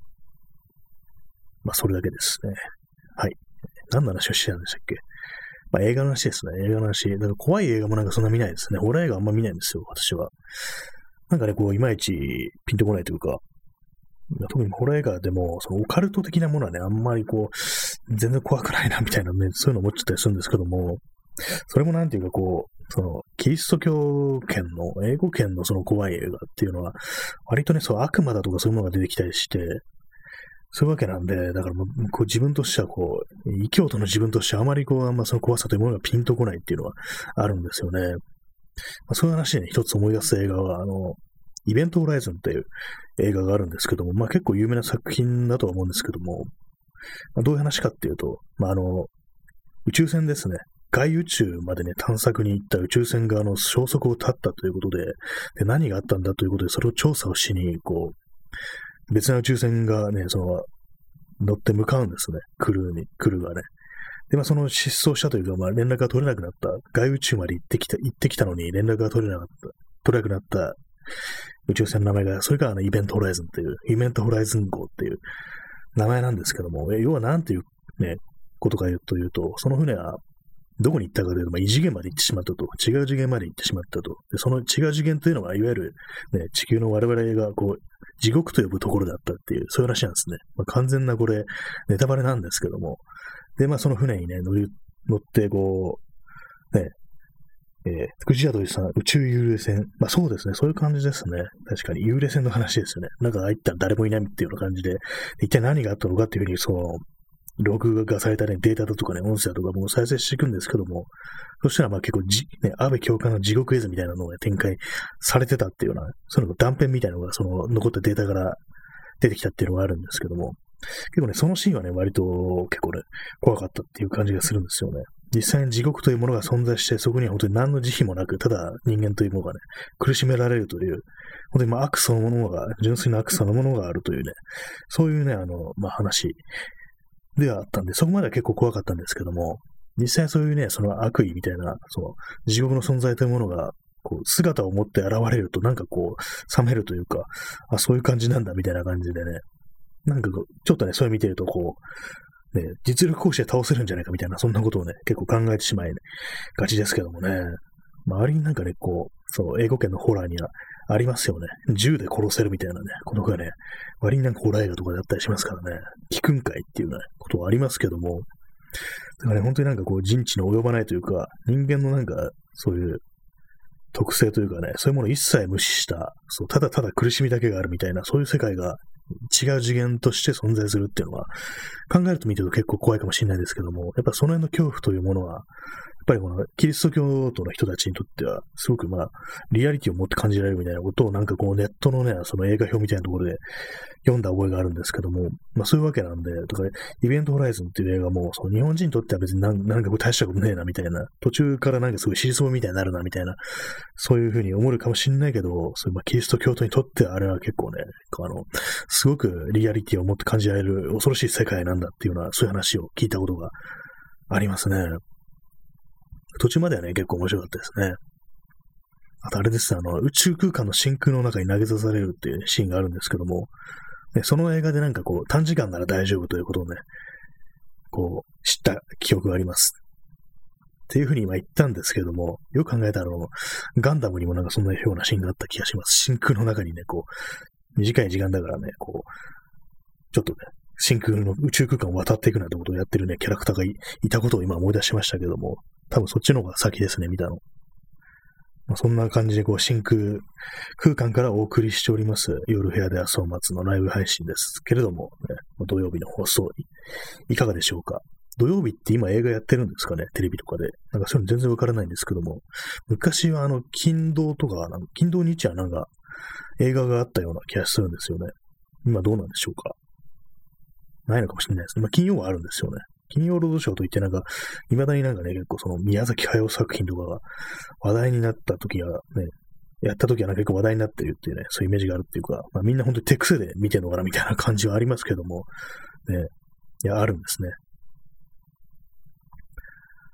まあ、それだけですね。はい。何の話をしてたんでしたっけ？まあ、映画の話ですね。映画の話。だから怖い映画もなんかそんな見ないですね。ホラー映画あんま見ないんですよ、私は。なんかね、こう、いまいちピンとこないというか、特にホラー映画でも、そのオカルト的なものはね、あんまりこう、全然怖くないな、みたいなね、そういうの思っちゃったりするんですけども、それもなんていうかこう、その、キリスト教圏の、英語圏のその怖い映画っていうのは、割とね、そう、悪魔だとかそういうものが出てきたりして、そういうわけなんで、だからもう、こう自分としてはこう、異教徒の自分としてはあまりこう、あんまその怖さというものがピンとこないっていうのはあるんですよね。まあ、そういう話でね、一つ思い出す映画は、あの、イベントホライズンっていう映画があるんですけども、まあ結構有名な作品だとは思うんですけども、まあ、どういう話かっていうと、まああの、宇宙船ですね。外宇宙までね、探索に行った宇宙船があの消息を絶ったということで、で、何があったんだということで、それを調査をしに、こう、別な宇宙船がね、その、乗って向かうんですね。クルーに、クルーがね。で、まあ、その失踪したというか、まあ、連絡が取れなくなった、外宇宙まで行ってきた、行ってきたのに連絡が取れなかった、取れなくなった宇宙船の名前が、それがあの、イベントホライズンという、イベントホライズン号っていう名前なんですけども、要はなんていうね、ことかというと、その船は、どこに行ったかというと、まあ、異次元まで行ってしまったと。違う次元まで行ってしまったと。で、その違う次元というのは、いわゆる、ね、地球の我々が、こう、地獄と呼ぶところだったっていう、そういう話なんですね。まあ、完全なこれ、ネタバレなんですけども。で、まあ、その船にね、乗り、乗って、こう、ね、えー、福地宿さん、宇宙幽霊船。まあ、そうですね。そういう感じですね。確かに、幽霊船の話ですよね。なんか入ったら誰もいないっていうような感じで、一体何があったのかっていうふうに、その、録画されたね、データだとかね、音声だとかも再生していくんですけども、そしたらまあ結構じ、ね、安倍教官の地獄絵図みたいなのが展開されてたっていうような、その断片みたいなのがその残ったデータから出てきたっていうのがあるんですけども、結構ね、そのシーンはね、割と結構ね、怖かったっていう感じがするんですよね。実際に地獄というものが存在して、そこには本当に何の慈悲もなく、ただ人間というものがね、苦しめられるという、本当にまあ悪そのものが、純粋な悪そのものがあるというね、そういうね、あの、まあ話、ではあったんで、そこまでは結構怖かったんですけども、実際そういうね、その悪意みたいな、その地獄の存在というものが、こう、姿を持って現れると、なんかこう、冷めるというか、あ、そういう感じなんだ、みたいな感じでね、なんかこう、ちょっとね、それ見てると、こう、ね、実力行使で倒せるんじゃないか、みたいな、そんなことをね、結構考えてしまい、ね、がちですけどもね、周りになんかね、こう、そう、英語圏のホラーにはありますよね。銃で殺せるみたいなね、ことがね、割になんかホラー映画とかであったりしますからね、聞くんかいっていうね、ことはありますけども、だからね、本当になんかこう、人知の及ばないというか、人間のなんか、そういう特性というかね、そういうものを一切無視した、そう、ただただ苦しみだけがあるみたいな、そういう世界が違う次元として存在するっていうのは、考えると見てると結構怖いかもしれないですけども、やっぱその辺の恐怖というものは、やっぱりこのキリスト教徒の人たちにとっては、すごくまあ、リアリティを持って感じられるみたいなことを、なんかこうネットのね、その映画表みたいなところで読んだ覚えがあるんですけども、まあそういうわけなんで、とか、イベントホライズンっていう映画も、その日本人にとっては別になんなんかこう大したことねえなみたいな、途中からなんかすごい尻相みたいになるなみたいな、そういうふうに思うかもしれないけど、そういうまあキリスト教徒にとってはあれは結構ね、あの、すごくリアリティを持って感じられる恐ろしい世界なんだっていうような、そういう話を聞いたことがありますね。途中まではね、結構面白かったですね。あとあれですね、あの、宇宙空間の真空の中に投げ出されるっていうシーンがあるんですけども、ね、その映画でなんかこう、短時間なら大丈夫ということをね、こう、知った記憶があります。っていうふうに今言ったんですけども、よく考えたら、ガンダムにもなんかそんなようなシーンがあった気がします。真空の中にね、こう、短い時間だからね、こう、ちょっとね、真空の宇宙空間を渡っていくなんてことをやってるね、キャラクターが い, いたことを今思い出しましたけども、多分そっちの方が先ですね、見たの。まあ、そんな感じで、こう、真空空間からお送りしております、夜部屋で朝を待つのライブ配信ですけれども、ね、土曜日の放送、いかがでしょうか。土曜日って今映画やってるんですかね、テレビとかで。なんかそういうの全然わからないんですけども、昔はあの、金土とか、金土日はなんか映画があったような気がするんですよね。今どうなんでしょうか。ないのかもしれないですね。まあ、金曜はあるんですよね。金曜ロードショーといってなんか、未だになんかね、結構その宮崎駿作品とかが話題になった時はね、やった時はなんか結構話題になってるっていうね、そういうイメージがあるっていうか、まあみんな本当に手癖で見てるのかなみたいな感じはありますけども、ね、いや、あるんですね。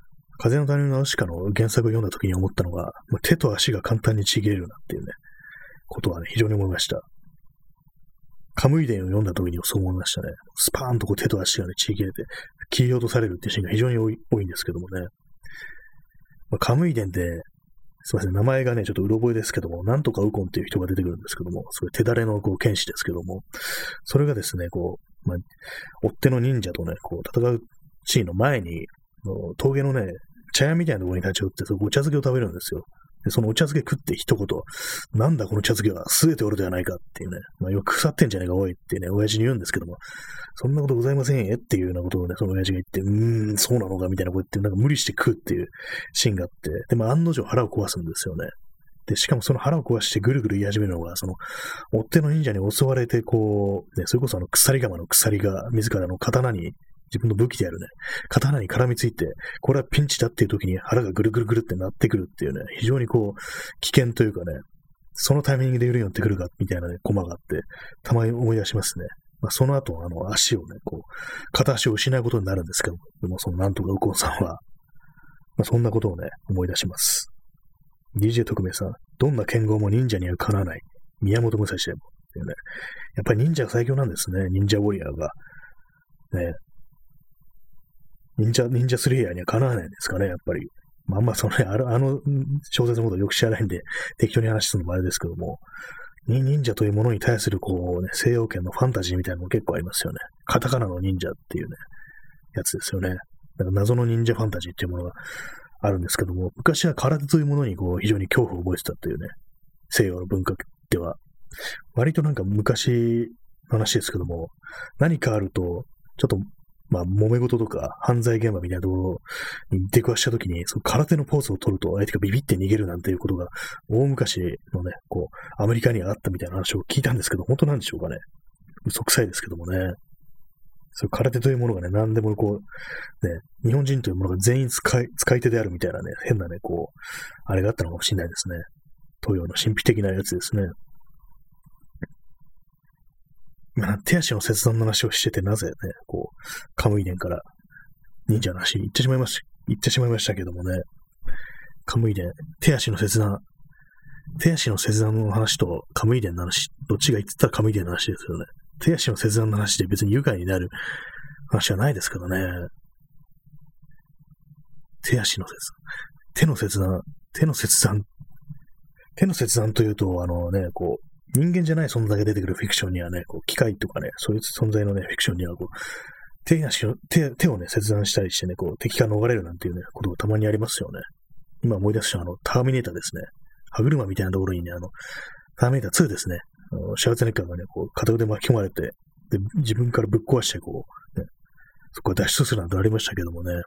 風の谷のナウシカの原作を読んだ時に思ったのが、まあ、手と足が簡単にちぎれるなっていうね、ことはね、非常に思いました。カムイ伝を読んだ時にもそう思いましたね。スパーンとこう手と足がね、ちぎれて、切り落とされるっていうシーンが非常に多い、多いんですけどもね。まあ、カムイ伝で、すいません、名前がね、ちょっとうろ覚えですけども、なんとかウコンっていう人が出てくるんですけども、それ手だれのこう剣士ですけども、それがですね、こう、まあ、追っ手の忍者とね、こう戦うシーンの前に、峠のね、茶屋みたいなところに立ち寄って、そのお茶漬けを食べるんですよ。で、そのお茶漬け食って一言、なんだこの茶漬けは、すべて俺ではないかっていうね、まあ、よく腐ってんじゃねえか、おいってね、親父に言うんですけども、そんなことございませんよっていうようなことをね、その親父が言って、うーん、そうなのかみたいなこと言って、なんか無理して食うっていうシーンがあって、で、まあ、案の定腹を壊すんですよね。で、しかもその腹を壊してぐるぐる言い始めるのが、その、追っ手の忍者に襲われて、こう、ね、それこそあの、鎖釜の鎖が自らの刀に、自分の武器であるね、刀に絡みついて、これはピンチだっていう時に腹がぐるぐるぐるってなってくるっていうね、非常にこう、危険というかね、そのタイミングでよりに寄ってくるか、みたいなね、コマがあって、たまに思い出しますね。まあ、その後、あの、足をね、こう、片足を失うことになるんですけども、でもそのなんとかウコンさんは、まあ、そんなことをね、思い出します。ディージェー 特命さん、どんな剣豪も忍者にはかなわない。宮本武蔵でも。っていうね、やっぱり忍者が最強なんですね、忍者ウォリアーが。ね、忍者、忍者スレイヤーにはかなわないんですかね、やっぱり。まあ、あんまそのね、あの、あの小説のことをよく知らないんで、適当に話すのもあれですけども、忍者というものに対するこうね、西洋圏のファンタジーみたいなのも結構ありますよね。カタカナの忍者っていうね、やつですよね。なんか謎の忍者ファンタジーっていうものがあるんですけども、昔は空手というものにこう非常に恐怖を覚えてたっていうね、西洋の文化では、割となんか昔の話ですけども、何かあると、ちょっとまあ、揉め事とか犯罪現場みたいなところに出くわしたときに、その空手のポーズを取ると相手がビビって逃げるなんていうことが、大昔のね、こう、アメリカにはあったみたいな話を聞いたんですけど、本当なんでしょうかね。嘘くさいですけどもね。そういう空手というものがね、何でもこう、ね、日本人というものが全員使い、使い手であるみたいなね、変なね、こう、あれがあったのかもしれないですね。東洋の神秘的なやつですね。まあ、手足の切断の話をしてて、なぜね、こう、カムイ伝から忍者の話に行ってしまいました、行ってしまいましたけどもね、カムイ伝、手足の切断、手足の切断の話とカムイ伝の話、どっちが言ってたらカムイ伝の話ですよね。手足の切断の話で別に愉快になる話はないですからね。手足の切断、手の切断、手の切断、手の切断というと、あのね、こう、人間じゃない存在が出てくるフィクションにはね、こう機械とかね、そういう存在のね、フィクションにはこう、手足を手、手をね、切断したりしてね、こう、敵から逃れるなんていうね、ことがたまにありますよね。今思い出したあの、ターミネーターですね。歯車みたいなところにね、あの、ターミネーターツーですね。あのシャワツェネッカーがね、こう、片腕巻き込まれて、で、自分からぶっ壊して、こう、ね、そこから脱出するなんてありましたけどもね。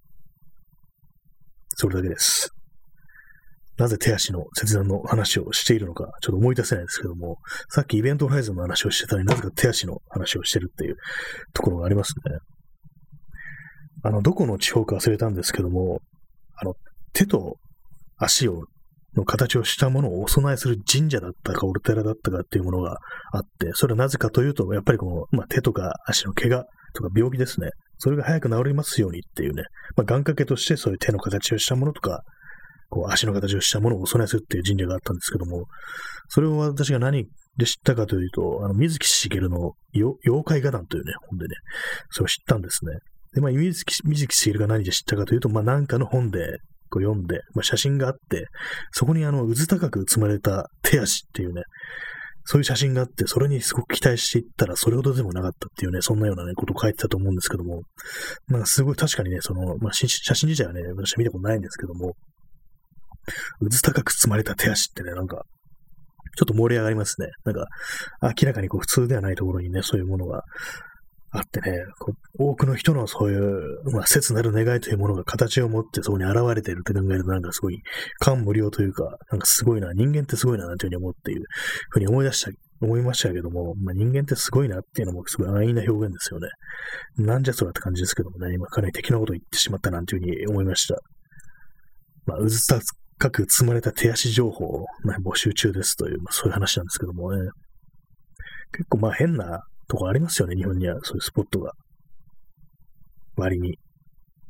それだけです。なぜ手足の切断の話をしているのか、ちょっと思い出せないですけども、さっきイベントホライズンの話をしてたのになぜか手足の話をしてるっていうところがありますね。あの、どこの地方か忘れたんですけども、あの、手と足を、の形をしたものをお供えする神社だったか、お寺だったかっていうものがあって、それはなぜかというと、やっぱりこの、まあ、手とか足の怪我とか病気ですね。それが早く治りますようにっていうね、まあ、願掛けとしてそういう手の形をしたものとか、こう足の形をしたものをお供えするっていう神社があったんですけども、それを私が何で知ったかというと、あの、水木しげるの妖怪画談というね、本でね、それを知ったんですね。で、まあ、水木、水木しげるが何で知ったかというと、まあ、なんかの本でこう読んで、まあ、写真があって、そこにあの、うず高く積まれた手足っていうね、そういう写真があって、それにすごく期待していったら、それほどでもなかったっていうね、そんなようなね、ことを書いてたと思うんですけども、なんかすごい確かにね、その、まあ、写真自体はね、私は見たことないんですけども、うず高く積まれた手足ってね、なんか、ちょっと盛り上がりますね。なんか、明らかにこう普通ではないところにね、そういうものがあってね、こう多くの人のそういう、まあ、切なる願いというものが形を持ってそこに現れているって考えると、なんかすごい感無量というか、なんかすごいな、人間ってすごいな、なんていうふうに思っている、ふうに思い出した、思いましたけども、まあ、人間ってすごいなっていうのもすごい安易な表現ですよね。なんじゃそらって感じですけどもね、今かなり敵なことを言ってしまったなんていうふうに思いました。まあ、うず高く積まれた手足情報を、まあ、募集中ですという、まあ、そういう話なんですけどもね。結構まあ変なとこありますよね、日本にはそういうスポットが。割に。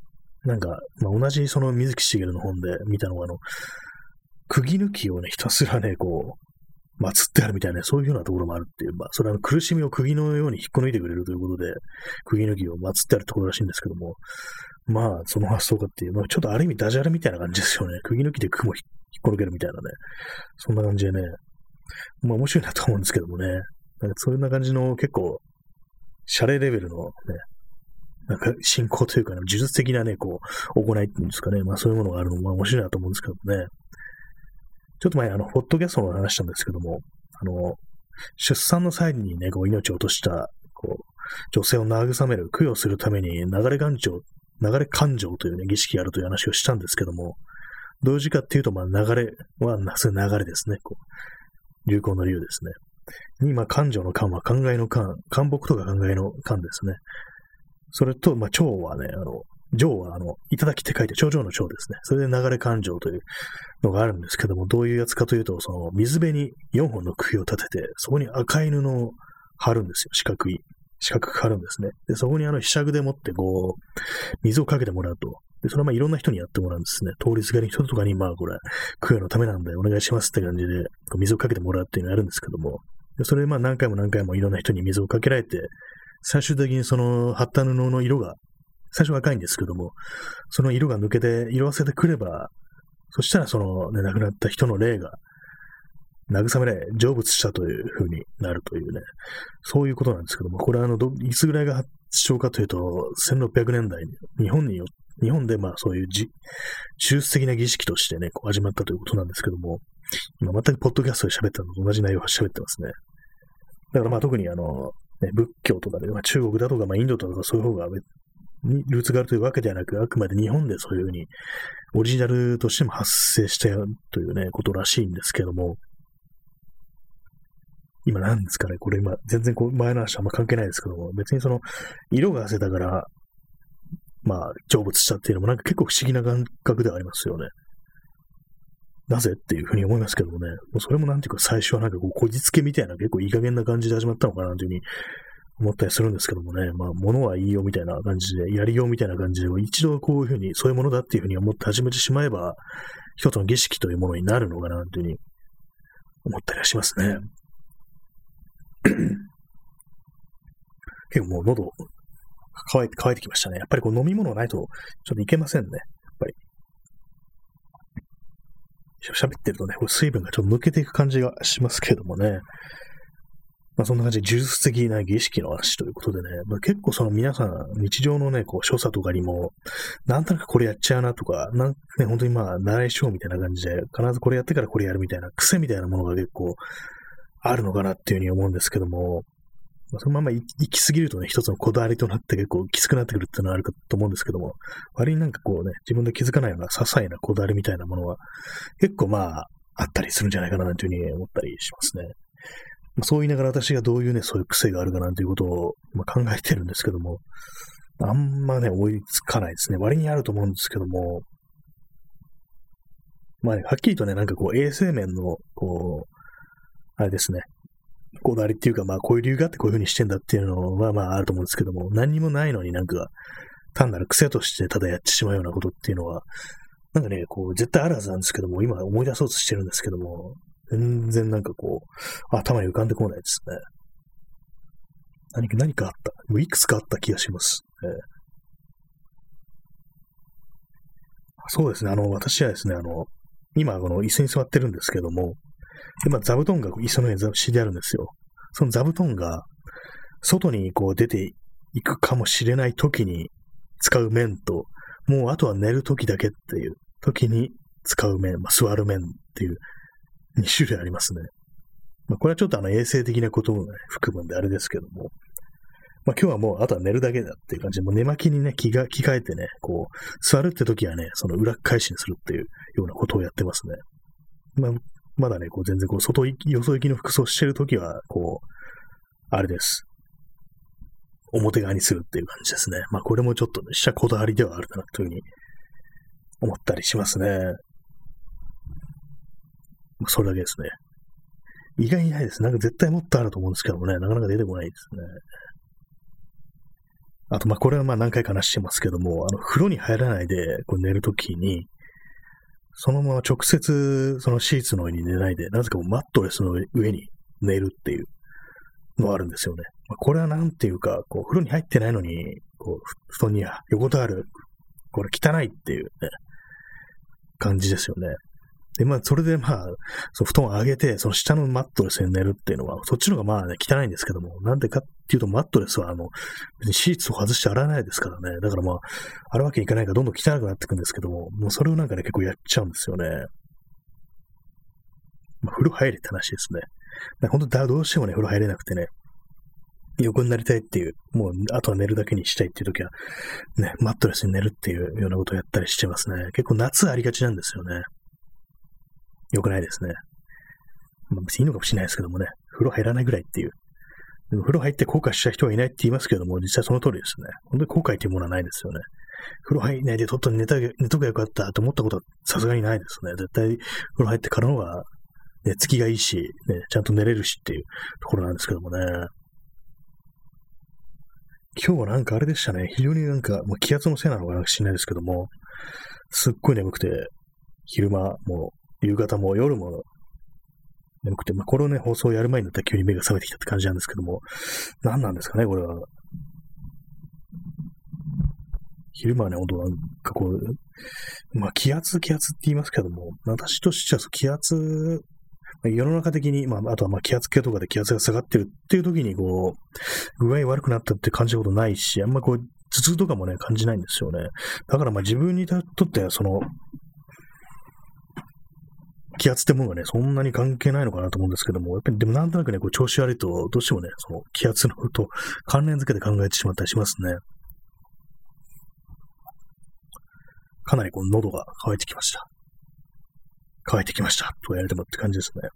なんか、まあ、同じその水木しげるの本で見たのが、あの、釘抜きをね、ひたすらね、こう、祀ってあるみたいな、そういうようなところもあるっていう、まあ、それは苦しみを釘のように引っこ抜いてくれるということで、釘抜きを祀ってあるところらしいんですけども、まあ、その発想かっていう、まあ、ちょっとある意味ダジャレみたいな感じですよね。釘抜きで雲引っこ抜けるみたいなね。そんな感じでね、まあ面白いなと思うんですけどもね。なんかそんな感じの結構、シャレレベルのね、なんか信仰というかね、呪術的なね、こう、行いっていうんですかね。まあそういうものがあるのもまあ面白いなと思うんですけどもね。ちょっと前、あの、ポッドキャストの話したんですけども、あの、出産の際にね、こう命を落とした、こう、女性を慰める、供養するために流れ感情、流れ感情というね、儀式があるという話をしたんですけども、どういう字かっていうと、まあ流れは、そういう流れですね。こう流行の流ですね。に、まあ感情の感は考えの感、感木とか考えの感ですね。それと、まあ蝶はね、あの、情は、あの、いただきって書いて、頂上の蝶ですね。それで流れ感情というのがあるんですけども、どういうやつかというと、その、水辺によんほんの杭を立てて、そこに赤い布を貼るんですよ。四角い。四角く貼るんですね。で、そこにあの、ひしゃくでもって、こう、水をかけてもらうと。で、それはまあいろんな人にやってもらうんですね。通りすがりの人とかに、まあこれ、供養のためなんでお願いしますって感じで、水をかけてもらうっていうのをやるんですけども、でそれでまあ何回も何回もいろんな人に水をかけられて、最終的にその貼った布の色が、最初は赤いんですけども、その色が抜けて、色あせてくれば、そしたらその、ね、亡くなった人の霊が、慰められ、成仏したという風になるというね、そういうことなんですけども、これはあの、どいつぐらいが発祥かというと、せんろっぴゃくねんだいに、日本によ、日本でまあそういうじ、呪術的な儀式としてね、こう始まったということなんですけども、今全くポッドキャストで喋ったのと同じ内容を喋ってますね。だからまあ特にあの、ね、仏教とかで、まあ、中国だとか、まあ、インドとかそういう方がにルーツがあるというわけではなく、あくまで日本でそういうふうにオリジナルとしても発生したというね、ことらしいんですけども、今何ですかね、これ今、全然こう前の話はあんま関係ないですけども、別にその、色が汗だから、まあ、成仏したっていうのもなんか結構不思議な感覚ではありますよね。なぜっていうふうに思いますけどもね、もうそれもなんていうか最初はなんかこう、こじつけみたいな結構いい加減な感じで始まったのかなというふうに思ったりするんですけどもね、まあ、物はいいよみたいな感じで、やりようみたいな感じで、一度こういうふうに、そういうものだっていうふうに思って始めてしまえば、一つの儀式というものになるのかなというふうに思ったりはしますね。結構もう喉乾いて、乾いてきましたね。やっぱりこう飲み物ないとちょっといけませんね。やっぱり。喋ってるとね、こう水分がちょっと抜けていく感じがしますけどもね。まあそんな感じで呪術的な儀式の話ということでね、まあ、結構その皆さん日常のね、こう所作とかにも、なんとなくこれやっちゃうなとか、なんね、本当にまあ習いしようみたいな感じで、必ずこれやってからこれやるみたいな癖みたいなものが結構あるのかなっていうふうに思うんですけども、まあ、そのまま行き過ぎるとね、一つのこだわりとなって結構きつくなってくるっていうのはあるかと思うんですけども、割になんかこうね、自分で気づかないような些細なこだわりみたいなものは、結構まあ、あったりするんじゃないかなというふうに思ったりしますね。まあ、そう言いながら私がどういうね、そういう癖があるかなということを、まあ、考えてるんですけども、あんまね、追いつかないですね。割にあると思うんですけども、まあ、ね、はっきりとね、なんかこう衛生面の、こう、あれですね、こだわりっていうか、まあ、こういう理由があってこういう風にしてんだっていうのは、まあ、あると思うんですけども、何にもないのになんか、単なる癖としてただやってしまうようなことっていうのは、なんかね、こう、絶対あるはずなんですけども、今思い出そうとしてるんですけども、全然なんかこう、頭に浮かんでこないですね。何か、何かあった。もういくつかあった気がします。えー、そうですね、あの、私はですね、あの、今、この椅子に座ってるんですけども、で、まあ、座布団が椅子の上に敷いてあるんですよ。その座布団が、外にこう出ていくかもしれない時に使う面と、もうあとは寝る時だけっていう時に使う面、まあ、座る面っていうに種類ありますね。まあ、これはちょっとあの衛生的なことを、ね、含むんであれですけども、まあ、今日はもうあとは寝るだけだっていう感じで、もう寝巻きにね、着が着替えてね、こう、座るって時はね、その裏返しにするっていうようなことをやってますね。まあまだね、こう全然こう外行き、よそ行きの服装してるときは、こう、あれです。表側にするっていう感じですね。まあこれもちょっとね、したこだわりではあるかなというふうに思ったりしますね。それだけですね。意外にないです。なんか絶対もっとあると思うんですけどもね、なかなか出てこないですね。 あと、まあ、これはまあ何回か話してますけども、あの、風呂に入らないでこう寝るときに、そのまま直接そのシーツの上に寝ないで、なぜかもうマットレスの上に寝るっていうのがあるんですよね。まあ、これはなんていうか、こう、風呂に入ってないのに、こう、布団に横たわる、これ汚いっていうね、感じですよね。で、まあ、それでまあ、その布団を上げて、その下のマットレスに寝るっていうのは、そっちの方がまあね、汚いんですけども、なんでかっていうと、マットレスは、あの、別にシーツを外して洗わないですからね。だからまあ、洗うわけにいかないからどんどん汚くなっていくんですけども、もうそれをなんかね、結構やっちゃうんですよね。まあ、風呂入れって話ですね。本当だ、どうしてもね、風呂入れなくてね、横になりたいっていう、もう、あとは寝るだけにしたいっていう時は、ね、マットレスに寝るっていうようなことをやったりしてますね。結構夏ありがちなんですよね。良くないですね。まあ、別にいいのかもしれないですけどもね、風呂入らないぐらいっていう。でも風呂入って後悔した人はいないって言いますけども、実際その通りですね。本当に後悔っていうものはないですよね。風呂入んないでとっと寝た、寝とけばよかったと思ったことはさすがにないですね。絶対風呂入ってからの方が、ね、月がいいし、ね、ちゃんと寝れるしっていうところなんですけどもね。今日はなんかあれでしたね。非常になんか、もう気圧のせいなのかな知らないですけども、すっごい眠くて、昼間も夕方も夜も眠くて、まあ、これをね、放送をやる前になったら急に目が覚めてきたって感じなんですけども、何なんですかね、これは。昼間はね、ほんとなんかこう、まあ、気圧、気圧って言いますけども、私としては気圧、世の中的に、まあ、あとはまあ気圧計とかで気圧が下がってるっていう時に、こう、具合悪くなったって感じることないし、あんまこう、頭痛とかもね、感じないんですよね。だからまあ自分にとっては、その、気圧ってものがね、そんなに関係ないのかなと思うんですけども、やっぱりでもなんとなくね、こう調子悪いと、どうしてもね、その気圧のと関連づけて考えてしまったりしますね。かなりこう喉が渇いてきました。乾いてきました。と言われてもって感じですね。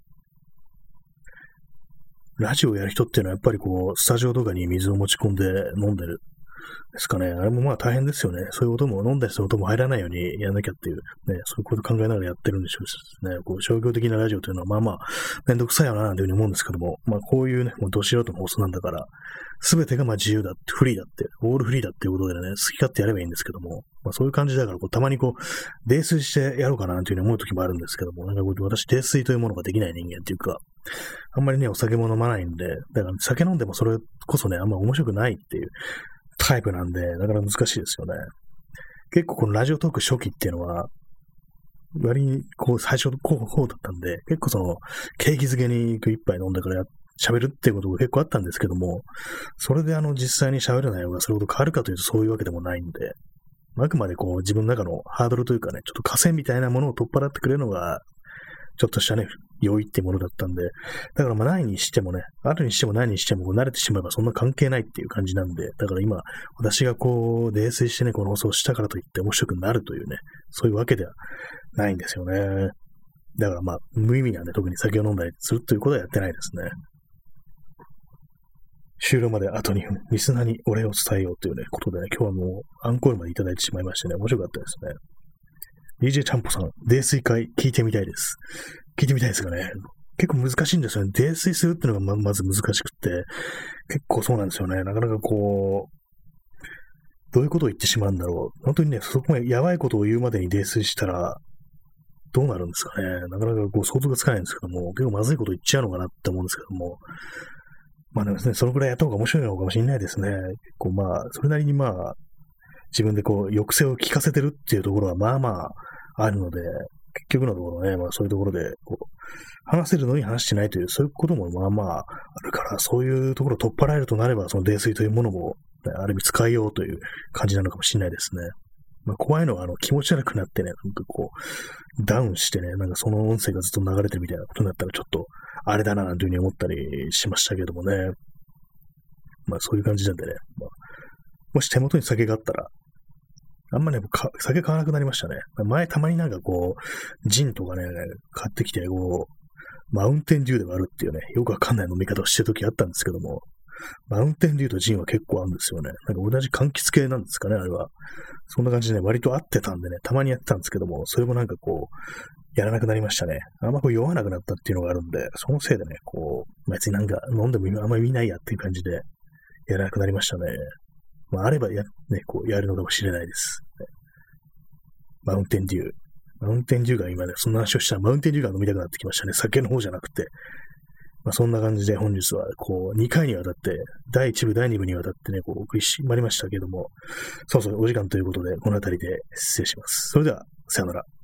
ラジオをやる人っていうのはやっぱりこう、スタジオとかに水を持ち込んで飲んでるですかね。あれもまあ大変ですよね。そういう音も、飲んだりする音も入らないようにやらなきゃっていう、ね、そういうこと考えながらやってるんでしょうしね。こう、商業的なラジオというのはまあまあ、めんどくさいよな、なんていうふうに思うんですけども、まあこういうね、もうど素人の放送なんだから、すべてがまあ自由だって、フリーだって、オールフリーだっていうことでね、好き勝手やればいいんですけども、まあそういう感じだから、こう、たまにこう、泥酔してやろうかな、なんていうふうに思う時もあるんですけども、なんかこう私、泥酔というものができない人間っていうか、あんまりね、お酒も飲まないんで、だから酒飲んでもそれこそね、あんま面白くないっていうタイプなんで、だから難しいですよね。結構このラジオトーク初期っていうのは、割にこう最初の方だったんで、結構その、景気づけに一杯飲んだからや喋るっていうことが結構あったんですけども、それであの実際に喋る内容がそれほど変わるかというとそういうわけでもないんで、あくまでこう自分の中のハードルというかね、ちょっと枷みたいなものを取っ払ってくれるのが、ちょっとしたね、良いってものだったんで、だからまあないにしてもね、あるにしてもないにしても慣れてしまえばそんな関係ないっていう感じなんで、だから今、私がこう、泥酔してね、この放送をしたからといって面白くなるというね、そういうわけではないんですよね。だからまあ、無意味なんで特に酒を飲んだりするということはやってないですね。終了まであとにふん、リスナーにお礼を伝えようというね、ことでね、今日はもうアンコールまでいただいてしまいましてね、面白かったですね。ディージェー ちゃんぽさん、泥酔会聞いてみたいです。聞いてみたいですかね。結構難しいんですよね。泥酔するっていうのが ま, まず難しくって、結構そうなんですよね。なかなかこう、どういうことを言ってしまうんだろう。本当にね、そこまでやばいことを言うまでに泥酔したら、どうなるんですかね。なかなかこう想像がつかないんですけども、結構まずいこと言っちゃうのかなって思うんですけども、まあでもね、そのくらいやった方が面白いのかもしれないですね。結構まあ、それなりにまあ、自分でこう、抑制を効かせてるっていうところはまあまああるので、結局のところね、まあそういうところで、こう、話せるのに話してないという、そういうこともまあまああるから、そういうところを取っ払えるとなれば、その泥酔というものも、ね、ある意味使いようという感じなのかもしれないですね。まあ怖いのは、あの、気持ち悪くなってね、なんかこう、ダウンしてね、なんかその音声がずっと流れてるみたいなことになったら、ちょっと、あれだな、なんていうふうに思ったりしましたけどもね。まあそういう感じなんでね、まあ、もし手元に酒があったら、あんまね、酒買わなくなりましたね。前たまになんかこう、ジンとかね、買ってきて、こう、マウンテンデューで割るっていうね、よくわかんない飲み方をしてるときあったんですけども、マウンテンデューとジンは結構合うんですよね。なんか同じ柑橘系なんですかね、あれは。そんな感じでね、割と合ってたんでね、たまにやってたんですけども、それもなんかこう、やらなくなりましたね。あんまこう酔わなくなったっていうのがあるんで、そのせいでね、こう、別になんか飲んでもあんまり見ないやっていう感じで、やらなくなりましたね。 まあ、あればや、ね、こう、やるのかもしれないです。マウンテンデュー。マウンテンデューが今ね、そんな話をしたら、マウンテンデューが飲みたくなってきましたね。酒の方じゃなくて。まあ、そんな感じで本日は、こう、にかいにわたって、だいいち部、だいに部にわたってね、こう、お送りしまりましたけども、そうそう、お時間ということで、この辺りで失礼します。それでは、さよなら。